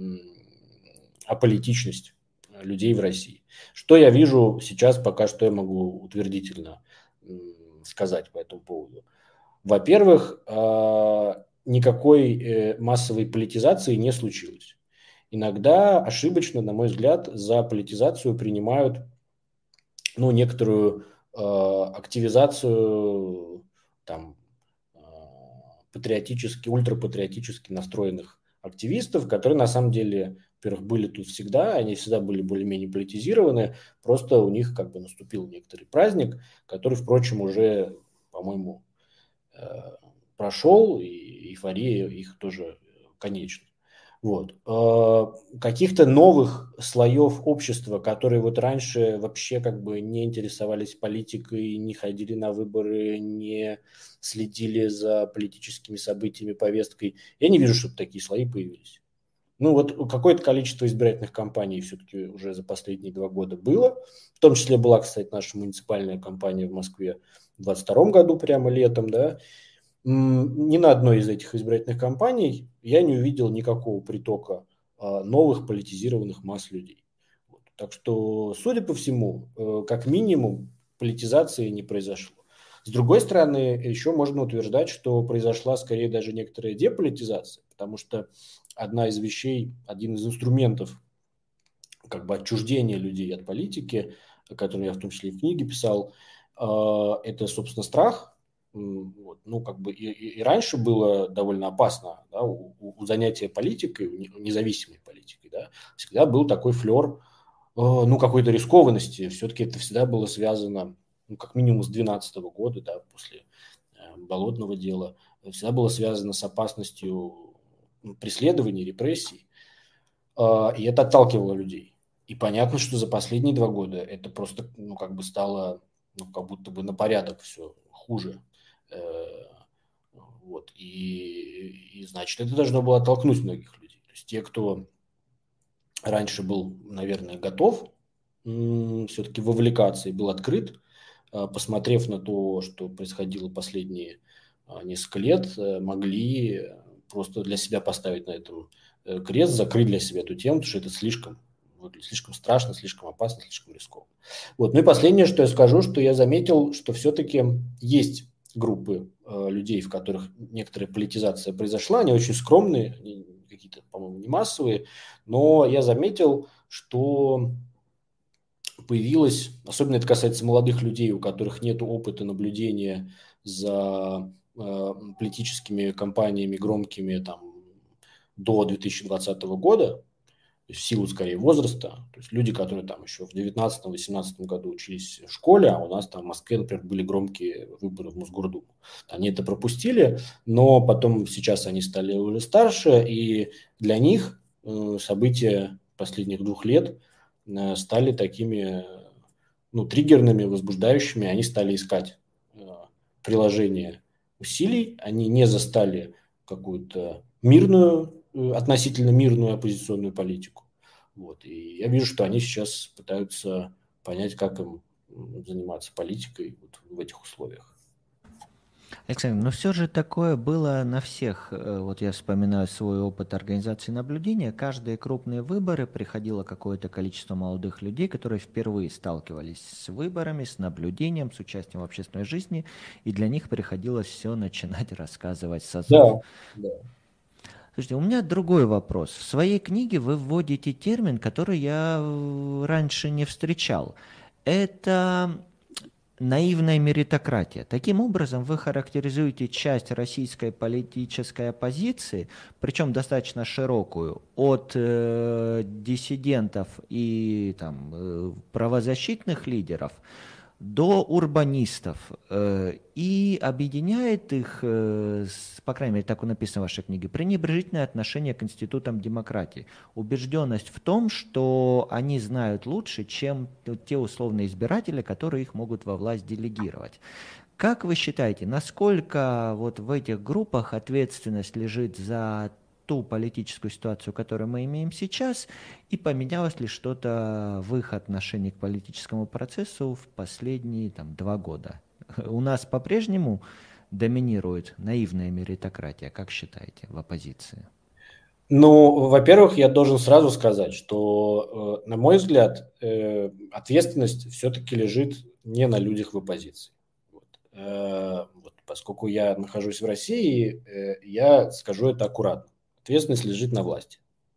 аполитичность людей в России. Что я вижу сейчас, пока что я могу утвердительно сказать по этому поводу. Во-первых, никакой массовой политизации не случилось. Иногда ошибочно, на мой взгляд, за политизацию принимают ну, некоторую э, активизацию там, э, патриотически, ультрапатриотически настроенных активистов, которые на самом деле, во-первых, были тут всегда, они всегда были более-менее политизированы, просто у них как бы наступил некоторый праздник, который, впрочем, уже, по-моему, э, прошел, и эйфория их тоже конечна. Вот. Каких-то новых слоев общества, которые вот раньше вообще как бы не интересовались политикой, не ходили на выборы, не следили за политическими событиями, повесткой, я не вижу, чтобы такие слои появились. Ну вот какое-то количество избирательных кампаний все-таки уже за последние два года было. В том числе была, кстати, наша муниципальная кампания в Москве в двадцать втором году, прямо летом, да. Ни на одной из этих избирательных кампаний я не увидел никакого притока а, новых политизированных масс людей. Вот. Так что, судя по всему, э, как минимум, политизации не произошло. С другой стороны, еще можно утверждать, что произошла скорее даже некоторая деполитизация, потому что одна из вещей, один из инструментов как бы отчуждения людей от политики, который я в том числе и в книге писал, э, это, собственно, страх. Вот. Ну, как бы и, и раньше было довольно опасно, да, у, у занятия политикой, у независимой политикой, да, всегда был такой флер, э, ну, какой-то рискованности. Все-таки это всегда было связано, ну, как минимум с две тысячи двенадцатого года, да, после э, Болотного дела, всегда было связано с опасностью преследований, репрессий, э, и это отталкивало людей. И понятно, что за последние два года это просто, ну, как бы стало, ну, как будто бы на порядок все хуже. Вот. И, и значит, это должно было оттолкнуть многих людей. То есть те, кто раньше был, наверное, готов м- все-таки вовлекаться и был открыт, а, посмотрев на то, что происходило последние а, несколько лет, а, могли просто для себя поставить на этом крест, закрыть для себя эту тему, потому что это слишком, слишком страшно, слишком опасно, слишком рискованно. Вот. Ну и последнее, что я скажу, что я заметил, что все-таки есть группы э, людей, в которых некоторая политизация произошла, они очень скромные, они какие-то, по-моему, не массовые, но я заметил, что появилось, особенно это касается молодых людей, у которых нет опыта наблюдения за э, политическими кампаниями громкими там, до две тысячи двадцатого года, в силу, скорее, возраста. То есть люди, которые там еще в девятнадцатом-восемнадцатом году учились в школе, а у нас там в Москве, например, были громкие выборы в Мосгордуму. Они это пропустили, но потом сейчас они стали уже старше, и для них э, события последних двух лет э, стали такими, ну, триггерными, возбуждающими. Они стали искать э, приложение усилий, они не застали какую-то мирную, относительно мирную оппозиционную политику. Вот. И я вижу, что они сейчас пытаются понять, как им заниматься политикой вот в этих условиях. Александр, но все же такое было на всех. Вот я вспоминаю свой опыт организации наблюдения. Каждые крупные выборы приходило какое-то количество молодых людей, которые впервые сталкивались с выборами, с наблюдением, с участием в общественной жизни, и для них приходилось все начинать рассказывать с азов. Да, да. Слушайте, у меня другой вопрос. В своей книге вы вводите термин, который я раньше не встречал. Это наивная меритократия. Таким образом, вы характеризуете часть российской политической оппозиции, причем достаточно широкую, от э, диссидентов и там, э, правозащитных лидеров до урбанистов э, и объединяет их, э, с, по крайней мере, так написано в вашей книге, пренебрежительное отношение к институтам демократии. Убежденность в том, что они знают лучше, чем те условные избиратели, которые их могут во власть делегировать. Как вы считаете, насколько вот в этих группах ответственность лежит за ту политическую ситуацию, которую мы имеем сейчас, и поменялось ли что-то в их отношении к политическому процессу в последние там, два года? У нас по-прежнему доминирует наивная меритократия, как считаете, в оппозиции? Ну, во-первых, я должен сразу сказать, что, э, на мой взгляд, э, ответственность все-таки лежит не на людях в оппозиции. Вот. Э, вот, поскольку я нахожусь в России, э, я скажу это аккуратно. Ответственность лежит на власти.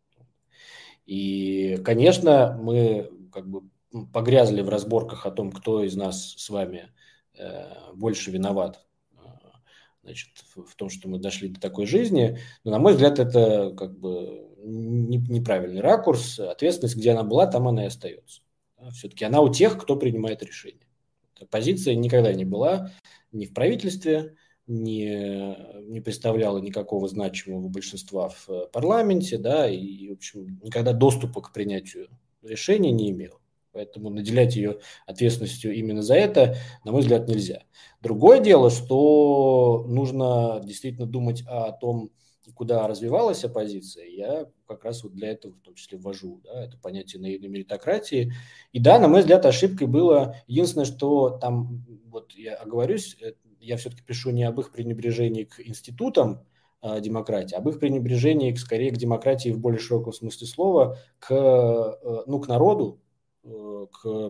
И, конечно, мы как бы погрязли в разборках о том, кто из нас с вами э, больше виноват, э, значит, в, в том, что мы дошли до такой жизни. Но, на мой взгляд, это как бы не, неправильный ракурс. Ответственность, где она была, там она и остается. Да, все-таки она у тех, кто принимает решения. Оппозиция никогда не была ни в правительстве, не, не представляла никакого значимого большинства в парламенте, да, и, в общем, никогда доступа к принятию решений не имела. Поэтому наделять ее ответственностью именно за это, на мой взгляд, нельзя. Другое дело, что нужно действительно думать о том, куда развивалась оппозиция. Я как раз вот для этого в том числе ввожу, да, это понятие наивной меритократии. И да, на мой взгляд, ошибкой было единственное, что там, вот я оговорюсь, я все-таки пишу не об их пренебрежении к институтам э, демократии, а об их пренебрежении к, скорее к демократии в более широком смысле слова, к, э, ну, к народу, э, к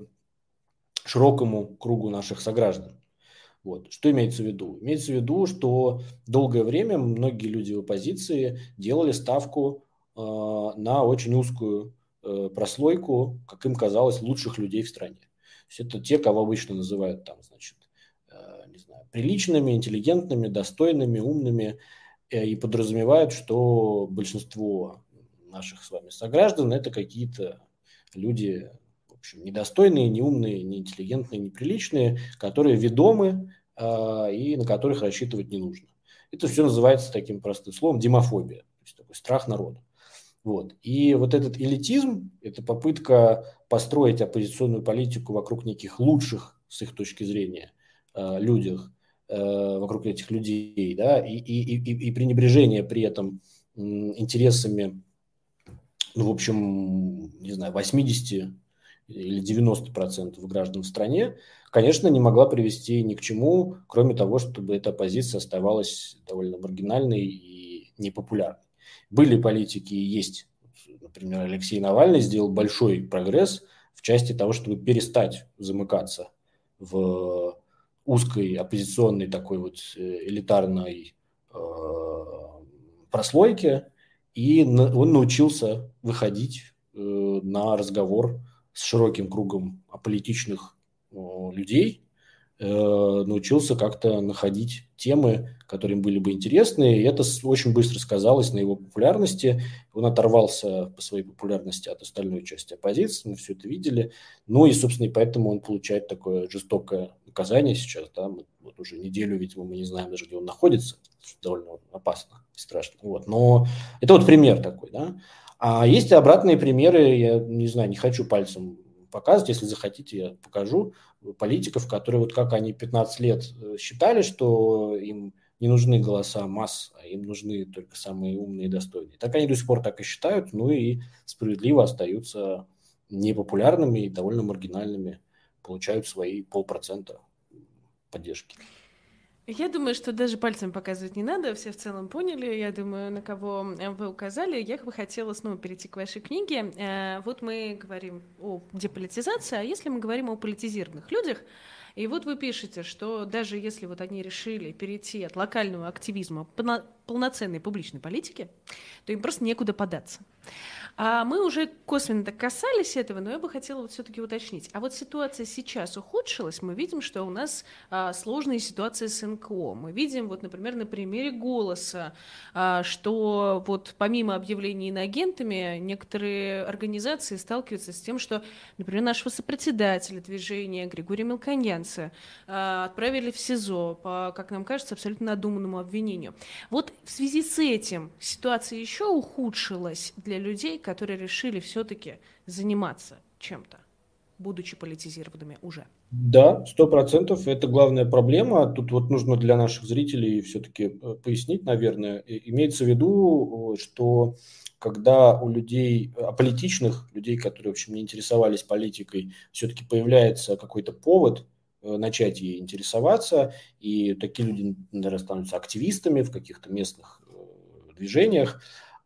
широкому кругу наших сограждан. Вот. Что имеется в виду? Имеется в виду, что долгое время многие люди в оппозиции делали ставку э, на очень узкую э, прослойку, как им казалось, лучших людей в стране. То есть это те, кого обычно называют там, значит, э, не знаю, приличными, интеллигентными, достойными, умными, э, и подразумевают, что большинство наших с вами сограждан это какие-то люди, в общем, недостойные, неумные, неинтеллигентные, неприличные, которые ведомы э, и на которых рассчитывать не нужно. Это все называется таким простым словом демофобия, то есть такой страх народа. Вот. И вот этот элитизм, это попытка построить оппозиционную политику вокруг неких лучших, с их точки зрения, э, людях, э, вокруг этих людей, да, и, и, и, и пренебрежение при этом э, интересами, ну, в общем, не знаю, восемьдесят или девяносто процентов граждан в стране, конечно, не могла привести ни к чему, кроме того, чтобы эта оппозиция оставалась довольно маргинальной и непопулярной. Были политики и есть, например, Алексей Навальный сделал большой прогресс в части того, чтобы перестать замыкаться в узкой оппозиционной такой вот элитарной э, прослойке, и он научился выходить э, на разговор с широким кругом аполитичных э, людей, э, научился как-то находить темы, которые им были бы интересны, и это очень быстро сказалось на его популярности. Он оторвался по своей популярности от остальной части оппозиции, мы все это видели. Ну и, собственно, и поэтому он получает такое жестокое наказание сейчас. Да? Мы, вот уже неделю, видимо, мы не знаем даже, где он находится, что довольно опасно и страшно. Вот. Но это вот пример такой, да. А есть и обратные примеры, я не знаю, не хочу пальцем показывать, если захотите, я покажу политиков, которые вот как они пятнадцать лет считали, что им не нужны голоса масс, а им нужны только самые умные и достойные. Так они до сих пор так и считают, ну и справедливо остаются непопулярными и довольно маргинальными, получают свои полпроцента поддержки. Я думаю, что даже пальцем показывать не надо, все в целом поняли, я думаю, на кого вы указали. Я бы хотела снова перейти к вашей книге. Вот мы говорим о деполитизации, а если мы говорим о политизированных людях, и вот вы пишете, что даже если вот они решили перейти от локального активизма полноценной публичной политики, то им просто некуда податься. А мы уже косвенно так касались этого, но я бы хотела вот все-таки уточнить. А вот ситуация сейчас ухудшилась. Мы видим, что у нас а, сложные ситуации с эн ка о. Мы видим, вот, например, на примере «Голоса», а, что вот помимо объявлений иноагентами, некоторые организации сталкиваются с тем, что, например, нашего сопредседателя движения Григория Мелконянца а, отправили в СИЗО по, как нам кажется, абсолютно надуманному обвинению. Вот в связи с этим ситуация еще ухудшилась для людей, которые решили все-таки заниматься чем-то, будучи политизированными уже. Да, сто процентов. Это главная проблема. Тут вот нужно для наших зрителей все-таки пояснить, наверное. Имеется в виду, что когда у людей, аполитичных людей, которые, в общем, не интересовались политикой, все-таки появляется какой-то повод начать ей интересоваться, и такие люди, наверное, становятся активистами в каких-то местных движениях,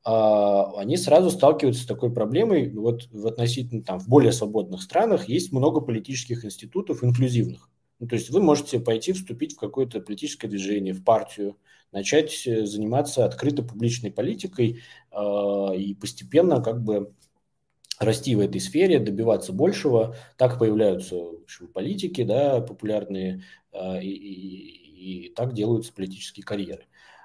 они сразу сталкиваются с такой проблемой. Вот в относительно там в более свободных странах есть много политических институтов инклюзивных. Ну, то есть вы можете пойти вступить в какое-то политическое движение, в партию, начать заниматься открыто публичной политикой э, и постепенно как бы расти в этой сфере, добиваться большего. Так появляются, в общем, политики, да, популярные, э, и, и, и так делаются политические карьеры.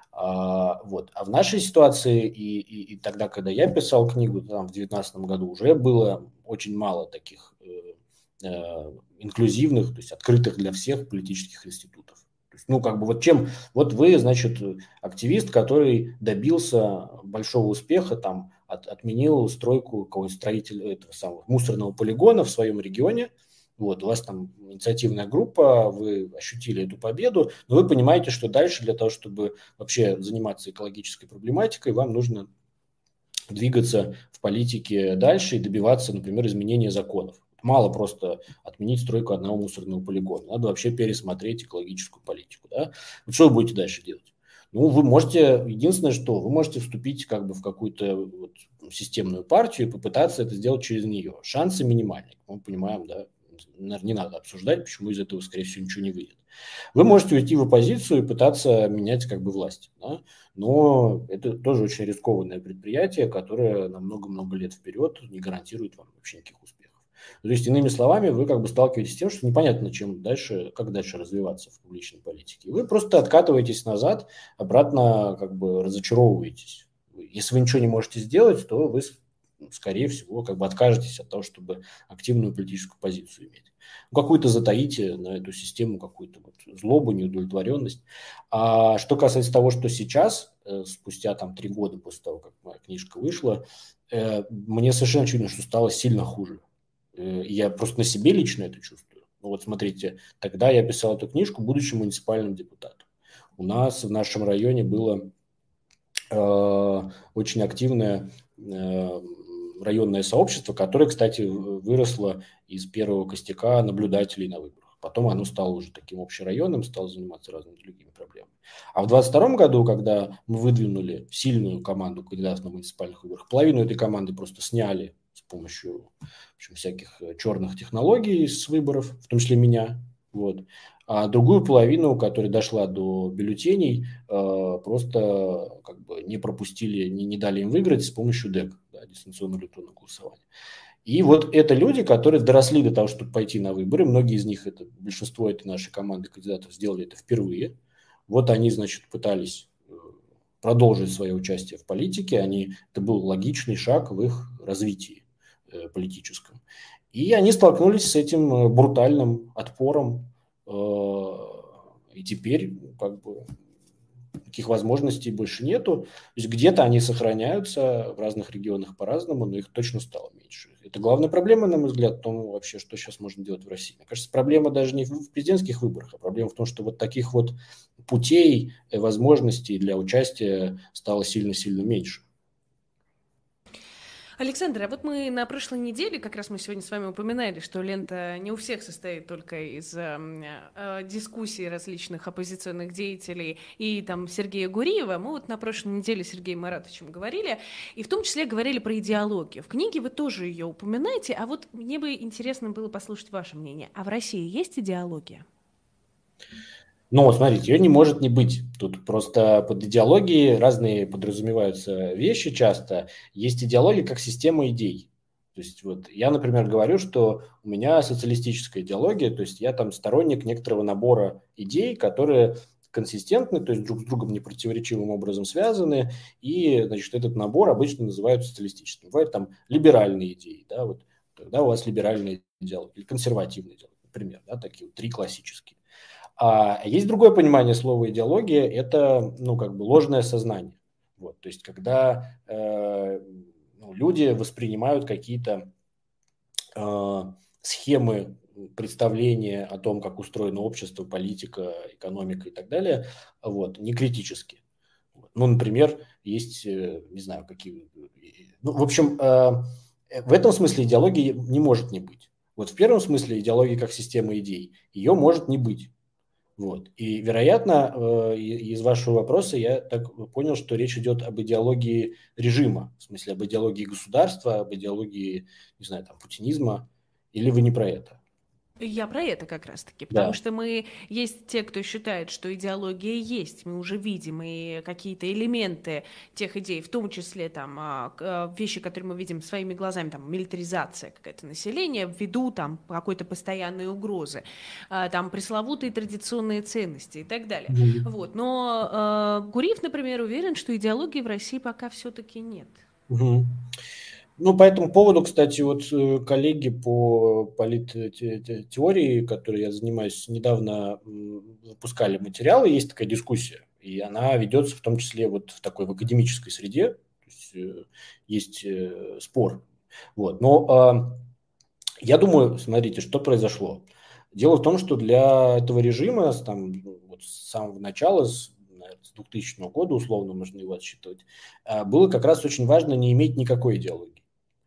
А, вот. А в нашей ситуации и, и, и тогда, когда я писал книгу, там, в две тысячи девятнадцатом году, уже было очень мало таких э, э, инклюзивных, то есть открытых для всех политических институтов. То есть, ну, как бы вот чем... Вот вы, значит, активист, который добился большого успеха, там, от, отменил стройку какого-нибудь строителя этого самого мусорного полигона в своем регионе. Вот, у вас там инициативная группа, вы ощутили эту победу, но вы понимаете, что дальше для того, чтобы вообще заниматься экологической проблематикой, вам нужно двигаться в политике дальше и добиваться, например, изменения законов. Мало просто отменить стройку одного мусорного полигона, надо вообще пересмотреть экологическую политику. Да? Вот что вы будете дальше делать? Ну, вы можете, единственное, что вы можете вступить как бы в какую-то вот системную партию и попытаться это сделать через нее. Шансы минимальные, мы понимаем, да. Наверное, не надо обсуждать, почему из этого, скорее всего, ничего не выйдет. Вы можете уйти в оппозицию и пытаться менять как бы власть, да? Но это тоже очень рискованное предприятие, которое на много-много лет вперед не гарантирует вам вообще никаких успехов. То есть, иными словами, вы как бы сталкиваетесь с тем, что непонятно, чем дальше, как дальше развиваться в публичной политике. Вы просто откатываетесь назад, обратно как бы разочаровываетесь. Если вы ничего не можете сделать, то вы, скорее всего, как бы откажетесь от того, чтобы активную политическую позицию иметь. Ну, какую-то затаите на эту систему, какую-то вот злобу, неудовлетворенность. А что касается того, что сейчас, спустя там три года после того, как моя книжка вышла, мне совершенно очевидно, что стало сильно хуже. Я просто на себе лично это чувствую. Ну, вот смотрите, тогда я писал эту книжку, будучи муниципальным депутатом. У нас в нашем районе было э, очень активное э, районное сообщество, которое, кстати, выросло из первого костяка наблюдателей на выборах. Потом оно стало уже таким общерайонным, стало заниматься разными другими проблемами. А в двадцать втором году, когда мы выдвинули сильную команду кандидатов на муниципальных выборах, половину этой команды просто сняли с помощью, в общем, всяких черных технологий с выборов, в том числе меня. Вот. А другую половину, которая дошла до бюллетеней, просто как бы не пропустили, не, не дали им выиграть с помощью ДЭК, да, дистанционного электронного голосования. И вот это люди, которые доросли до того, чтобы пойти на выборы. Многие из них, это большинство этой нашей команды кандидатов, сделали это впервые. Вот они, значит, пытались продолжить свое участие в политике. Они, это был логичный шаг в их развитии э, политическом. И они столкнулись с этим брутальным отпором. Э, и теперь как бы таких возможностей больше нету. То есть где-то они сохраняются в разных регионах по-разному, но их точно стало меньше. Это главная проблема, на мой взгляд, в том вообще, что сейчас можно делать в России. Мне кажется, проблема даже не в президентских выборах, а проблема в том, что вот таких вот путей, возможностей для участия стало сильно-сильно меньше. Александр, а вот мы на прошлой неделе, как раз мы сегодня с вами упоминали, что лента не у всех состоит только из э, э, дискуссий различных оппозиционных деятелей и там Сергея Гуриева. Мы вот на прошлой неделе с Сергеем Маратовичем говорили, и в том числе говорили про идеологию. В книге вы тоже ее упоминаете, а вот мне бы интересно было послушать ваше мнение. А в России есть идеология? Но, смотрите, ее не может не быть. Тут просто под идеологией разные подразумеваются вещи часто. Есть идеология как система идей. То есть вот я, например, говорю, что у меня социалистическая идеология, то есть я там сторонник некоторого набора идей, которые консистентны, то есть друг с другом непротиворечивым образом связаны, и, значит, этот набор обычно называют социалистическим. Бывают там либеральные идеи, да, вот тогда у вас либеральная идеология, или консервативная идеология, например, да, такие вот три классические. А есть другое понимание слова идеология, это, ну, как бы ложное сознание. Вот, то есть, когда э, ну, люди воспринимают какие-то э, схемы представления о том, как устроено общество, политика, экономика и так далее, вот, не критически. Ну, например, есть, э, не знаю, какие... Ну, в общем, э, в этом смысле идеологии не может не быть. Вот в первом смысле идеология как система идей, ее может не быть. Вот. И, вероятно, э, из вашего вопроса я так понял, что речь идет об идеологии режима, в смысле об идеологии государства, об идеологии, не знаю, там, путинизма, или вы не про это? Я про это как раз-таки, потому Да. что мы есть те, кто считает, что идеология есть, мы уже видим и какие-то элементы тех идей, в том числе там а, к- а, вещи, которые мы видим своими глазами, там милитаризация какая-то населения ввиду там какой-то постоянной угрозы, а, там пресловутые традиционные ценности и так далее. Мгм. Вот, но а, Гуриев, например, уверен, что идеологии в России пока все-таки нет. Мгм. Ну, по этому поводу, кстати, вот э, коллеги по политтеории, которой я занимаюсь, недавно м, выпускали материалы, есть такая дискуссия, и она ведется в том числе вот в такой в академической среде, то есть, э, есть э, спор. Вот. Но а, я думаю, смотрите, что произошло. Дело в том, что для этого режима с, там, ну, вот с самого начала, с, наверное, с двухтысячного года, условно можно его отсчитывать, а, было как раз очень важно не иметь никакой идеологии.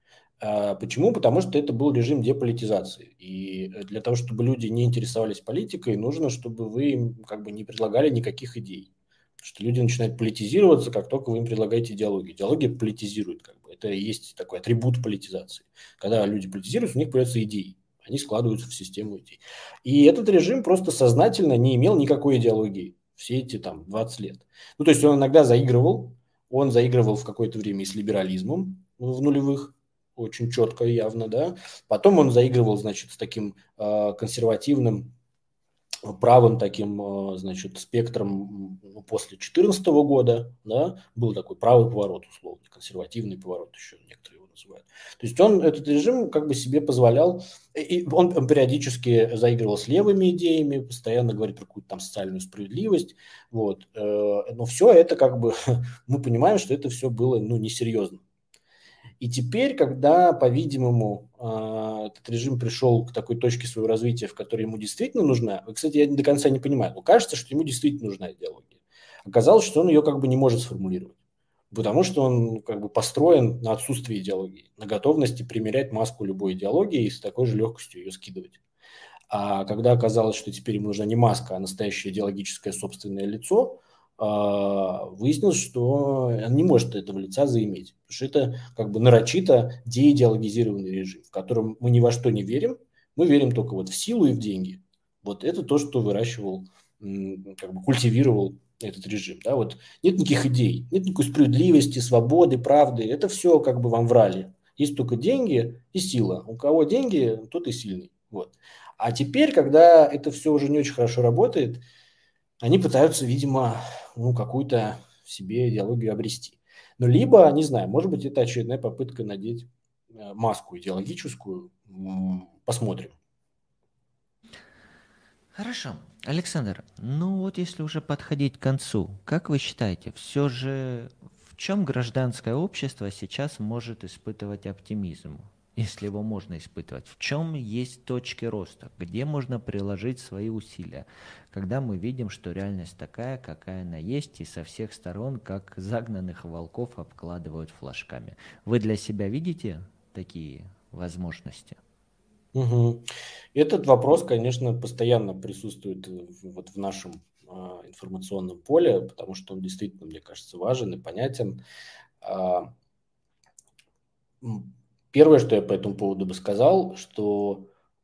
А, Почему? Потому что это был режим деполитизации. И э, для того, чтобы люди не интересовались политикой, нужно, чтобы вы им как бы не предлагали никаких идей. Потому что люди начинают политизироваться, как только вы им предлагаете идеологию. Идеология политизирует. Как бы. Это и есть такой атрибут политизации. Когда люди политизируются, у них появляются идеи. Они складываются в систему идей. И этот режим просто сознательно не имел никакой идеологии все эти там двадцать лет. Ну, то есть он иногда заигрывал, он заигрывал в какое-то время и с либерализмом в нулевых, очень четко и явно, да. Потом он заигрывал, значит, с таким э, консервативным правым таким, э, значит, спектром ну, после две тысячи четырнадцатого года, да, был такой правый поворот, условно, консервативный поворот еще некоторые его называют. То есть он, этот режим как бы себе позволял, и он, он периодически заигрывал с левыми идеями, постоянно говорит про какую-то там социальную справедливость, вот, э, но все это как бы, мы понимаем, что это все было, ну, несерьезно. И теперь, когда, по-видимому, а, этот режим пришел к такой точке своего развития, в которой ему действительно нужна, кстати, я до конца не понимаю, но кажется, что ему действительно нужна идеология. Оказалось, что он ее как бы не может сформулировать, потому что он как бы построен на отсутствии идеологии, на готовности примерять маску любой идеологии и с такой же легкостью ее скидывать. А когда оказалось, что теперь ему нужна не маска, а настоящее идеологическое собственное лицо, а, выяснилось, что он не может этого лица заиметь. Потому что это как бы нарочито деидеологизированный режим, в котором мы ни во что не верим, мы верим только вот в силу и в деньги. Вот это то, что выращивал, как бы культивировал этот режим. Да? Вот нет никаких идей, нет никакой справедливости, свободы, правды. Это все как бы вам врали. Есть только деньги и сила. У кого деньги, тот и сильный. Вот. А теперь, когда это все уже не очень хорошо работает, они пытаются, видимо, ну, какую-то себе идеологию обрести. Ну, либо, не знаю, может быть, это очередная попытка надеть э, маску идеологическую. М, Посмотрим. Хорошо. Александр, ну вот если уже подходить к концу, как вы считаете, все же в чем гражданское общество сейчас может испытывать оптимизм, если его можно испытывать? В чем есть точки роста? Где можно приложить свои усилия? Когда мы видим, что реальность такая, какая она есть, и со всех сторон, как загнанных волков, обкладывают флажками. Вы для себя видите такие возможности? Мгм. Этот вопрос, конечно, постоянно присутствует в- вот в нашем а, информационном поле, потому что он действительно, мне кажется, важен и понятен. А, м, Первое, что я по этому поводу бы сказал, что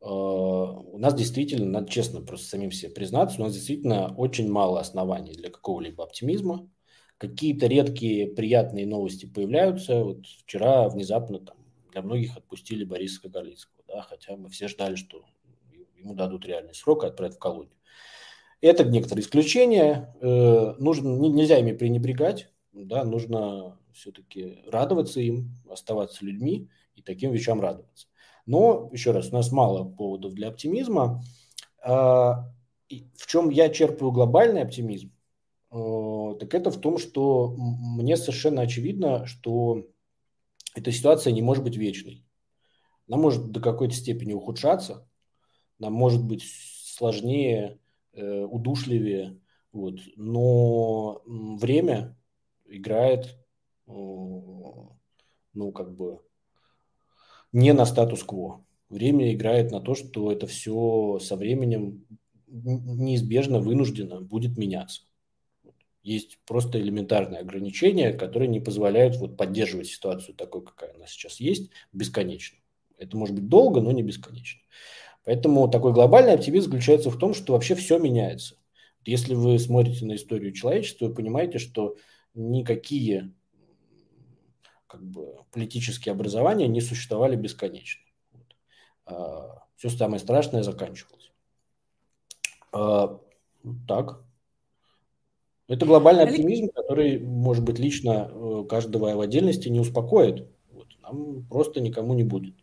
у нас действительно, надо честно просто самим себе признаться, у нас действительно очень мало оснований для какого-либо оптимизма. Какие-то редкие приятные новости появляются. Вот вчера внезапно там для многих отпустили Бориса Кагарлицкого, да, хотя мы все ждали, что ему дадут реальный срок и отправят в колонию. Это некоторые исключения. Э, нужно, нельзя ими пренебрегать, да, нужно все-таки радоваться им, оставаться людьми и таким вещам радоваться. Но, еще раз, у нас мало поводов для оптимизма. А, в чем я черпаю глобальный оптимизм, а, так это в том, что мне совершенно очевидно, что эта ситуация не может быть вечной. Она может до какой-то степени ухудшаться, она может быть сложнее, э, удушливее, вот. Но время играет, э, ну, как бы, не на статус-кво. Время играет на то, что это все со временем неизбежно, вынужденно будет меняться. Есть просто элементарные ограничения, которые не позволяют вот поддерживать ситуацию такой, какая она сейчас есть, бесконечно. Это может быть долго, но не бесконечно. Поэтому такой глобальный оптимизм заключается в том, что вообще все меняется. Если вы смотрите на историю человечества, вы понимаете, что никакие как бы политические образования не существовали бесконечно. Вот. А, все самое страшное заканчивалось. А, так. Это глобальный оптимизм, который, может быть, лично каждого в отдельности не успокоит. Вот. Нам просто никому не будет.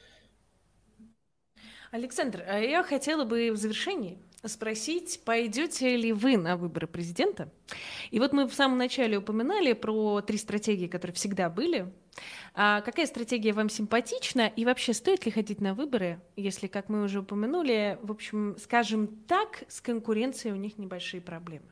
Александр, а я хотела бы в завершении спросить, пойдете ли вы на выборы президента? И вот мы в самом начале упоминали про три стратегии, которые всегда были. А какая стратегия вам симпатична? И вообще, стоит ли ходить на выборы, если, как мы уже упомянули, в общем, скажем так, с конкуренцией у них небольшие проблемы?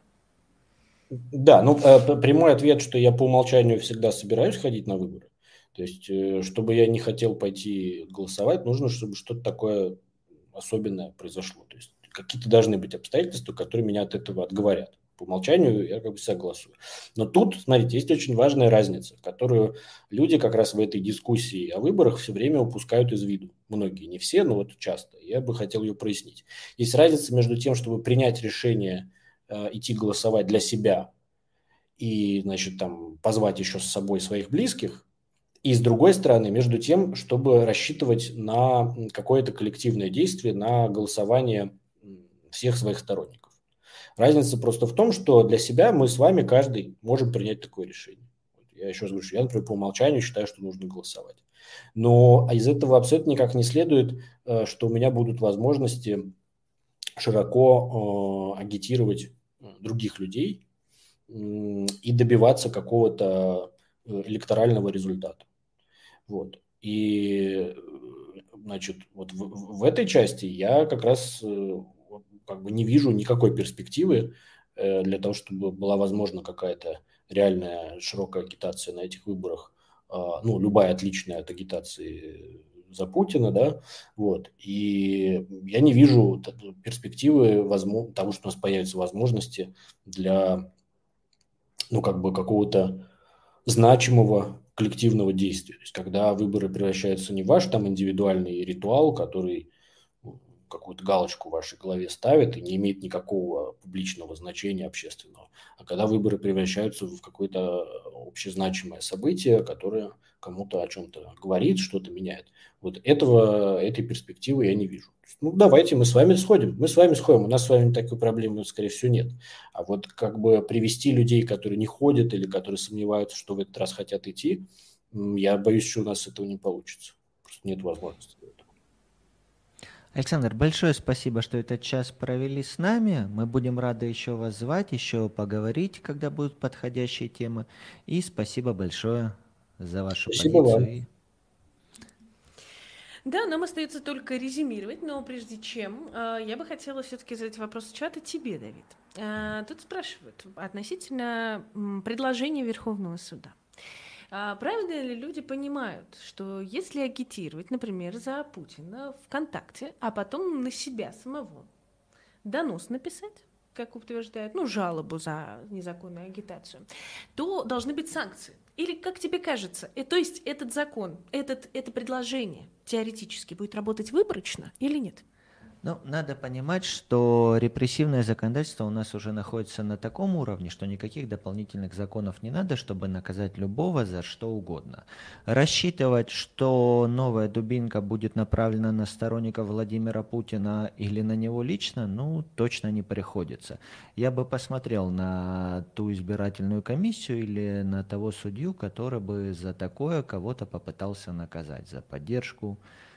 Да, ну, прямой ответ, что я по умолчанию всегда собираюсь ходить на выборы. То есть, чтобы я не хотел пойти голосовать, нужно, чтобы что-то такое особенное произошло. То есть, какие-то должны быть обстоятельства, которые меня от этого отговорят. По умолчанию я как бы согласую. Но тут, смотрите, есть очень важная разница, которую люди как раз в этой дискуссии о выборах все время упускают из виду. Многие, не все, но вот часто. Я бы хотел ее прояснить. Есть разница между тем, чтобы принять решение э, идти голосовать для себя и, значит, там, позвать еще с собой своих близких, и, с другой стороны, между тем, чтобы рассчитывать на какое-то коллективное действие, на голосование всех своих сторонников. Разница просто в том, что для себя мы с вами каждый можем принять такое решение. Я еще раз говорю, что я, например, по умолчанию считаю, что нужно голосовать. Но из этого абсолютно никак не следует, что у меня будут возможности широко агитировать других людей и добиваться какого-то электорального результата. Вот. И, значит, вот в, в этой части я как раз как бы не вижу никакой перспективы для того, чтобы была возможна какая-то реальная широкая агитация на этих выборах, ну, любая отличная от агитации за Путина, да, вот, и я не вижу перспективы возможно, того, что у нас появятся возможности для, ну, как бы какого-то значимого коллективного действия. То есть, когда выборы превращаются не в ваш там индивидуальный ритуал, который какую-то галочку в вашей голове ставит и не имеет никакого публичного значения общественного, а когда выборы превращаются в какое-то общезначимое событие, которое кому-то о чем-то говорит, что-то меняет. Вот этого, этой перспективы я не вижу. Ну, давайте мы с вами сходим. Мы с вами сходим. У нас с вами такой проблемы, скорее всего, нет. А вот как бы привести людей, которые не ходят или которые сомневаются, что в этот раз хотят идти, я боюсь, что у нас этого не получится. Просто нет возможности. Александр, большое спасибо, что этот час провели с нами. Мы будем рады еще вас звать, еще поговорить, когда будут подходящие темы. И спасибо большое за вашу спасибо позицию. Вам. Да, нам остается только резюмировать, но прежде чем, э, я бы хотела все-таки задать вопрос в чата тебе, Давид. Э, тут спрашивают относительно м, предложения Верховного суда. А правильно ли люди понимают, что если агитировать, например, за Путина ВКонтакте, а потом на себя самого донос написать, как утверждают, ну, жалобу за незаконную агитацию, то должны быть санкции. Или, как тебе кажется, э, то есть этот закон, этот, это предложение теоретически будет работать выборочно или нет? Ну, надо понимать, что репрессивное законодательство у нас уже находится на таком уровне, что никаких дополнительных законов не надо, чтобы наказать любого за что угодно. Рассчитывать, что новая дубинка будет направлена на сторонников Владимира Путина или на него лично, ну, точно не приходится. Я бы посмотрел на ту избирательную комиссию или на того судью, который бы за такое кого-то попытался наказать, за поддержку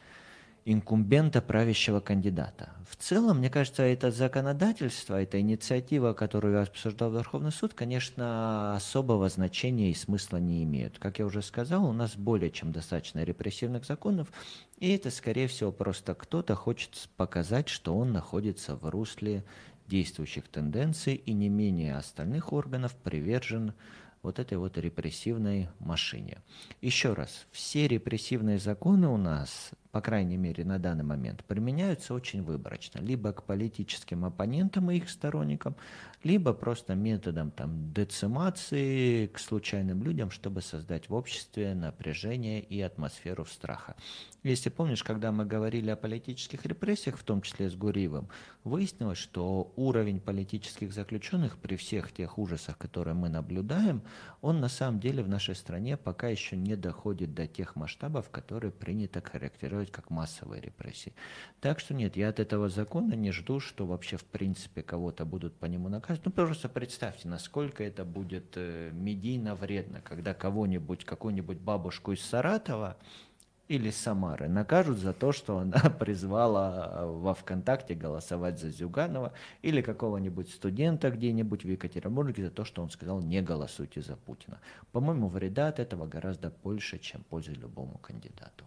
инкумбента правящего кандидата. В целом, мне кажется, это законодательство, эта инициатива, которую обсуждал Верховный суд, конечно, особого значения и смысла не имеют. Как я уже сказал, у нас более чем достаточно репрессивных законов, и это, скорее всего, просто кто-то хочет показать, что он находится в русле действующих тенденций и не менее остальных органов привержен вот этой вот репрессивной машине. Еще раз, все репрессивные законы у нас, по крайней мере на данный момент, применяются очень выборочно. Либо к политическим оппонентам и их сторонникам, либо просто методом там, децимации к случайным людям, чтобы создать в обществе напряжение и атмосферу страха. Если помнишь, когда мы говорили о политических репрессиях, в том числе с Гуриевым, выяснилось, что уровень политических заключенных при всех тех ужасах, которые мы наблюдаем, он на самом деле в нашей стране пока еще не доходит до тех масштабов, которые принято характеризовать как массовые репрессии. Так что нет, я от этого закона не жду, что вообще в принципе кого-то будут по нему наказывать. Ну просто представьте, насколько это будет э, медийно вредно, когда кого-нибудь, какую-нибудь бабушку из Саратова или Самары накажут за то, что она призвала во ВКонтакте голосовать за Зюганова, или какого-нибудь студента где-нибудь в Екатеринбурге за то, что он сказал «не голосуйте за Путина». По-моему, вреда от этого гораздо больше, чем пользы любому кандидату.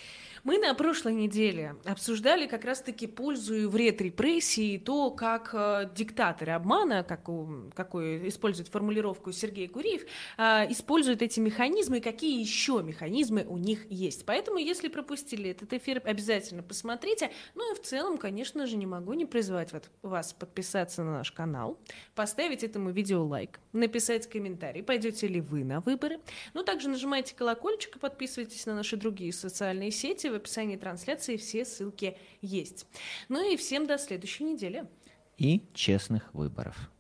Мы на прошлой неделе обсуждали как раз-таки пользу и вред репрессий, то, как э, диктаторы обмана, как у, какую использует формулировку Сергей Гуриев, э, используют эти механизмы, и какие еще механизмы у них есть. Поэтому, если пропустили этот эфир, обязательно посмотрите. Ну и в целом, конечно же, не могу не призвать вас подписаться на наш канал, поставить этому видео лайк, написать комментарий, пойдете ли вы на выборы. Ну, также нажимайте колокольчик и подписывайтесь на наши другие социальные сети. В описании трансляции все ссылки есть. Ну и всем до следующей недели. И честных выборов.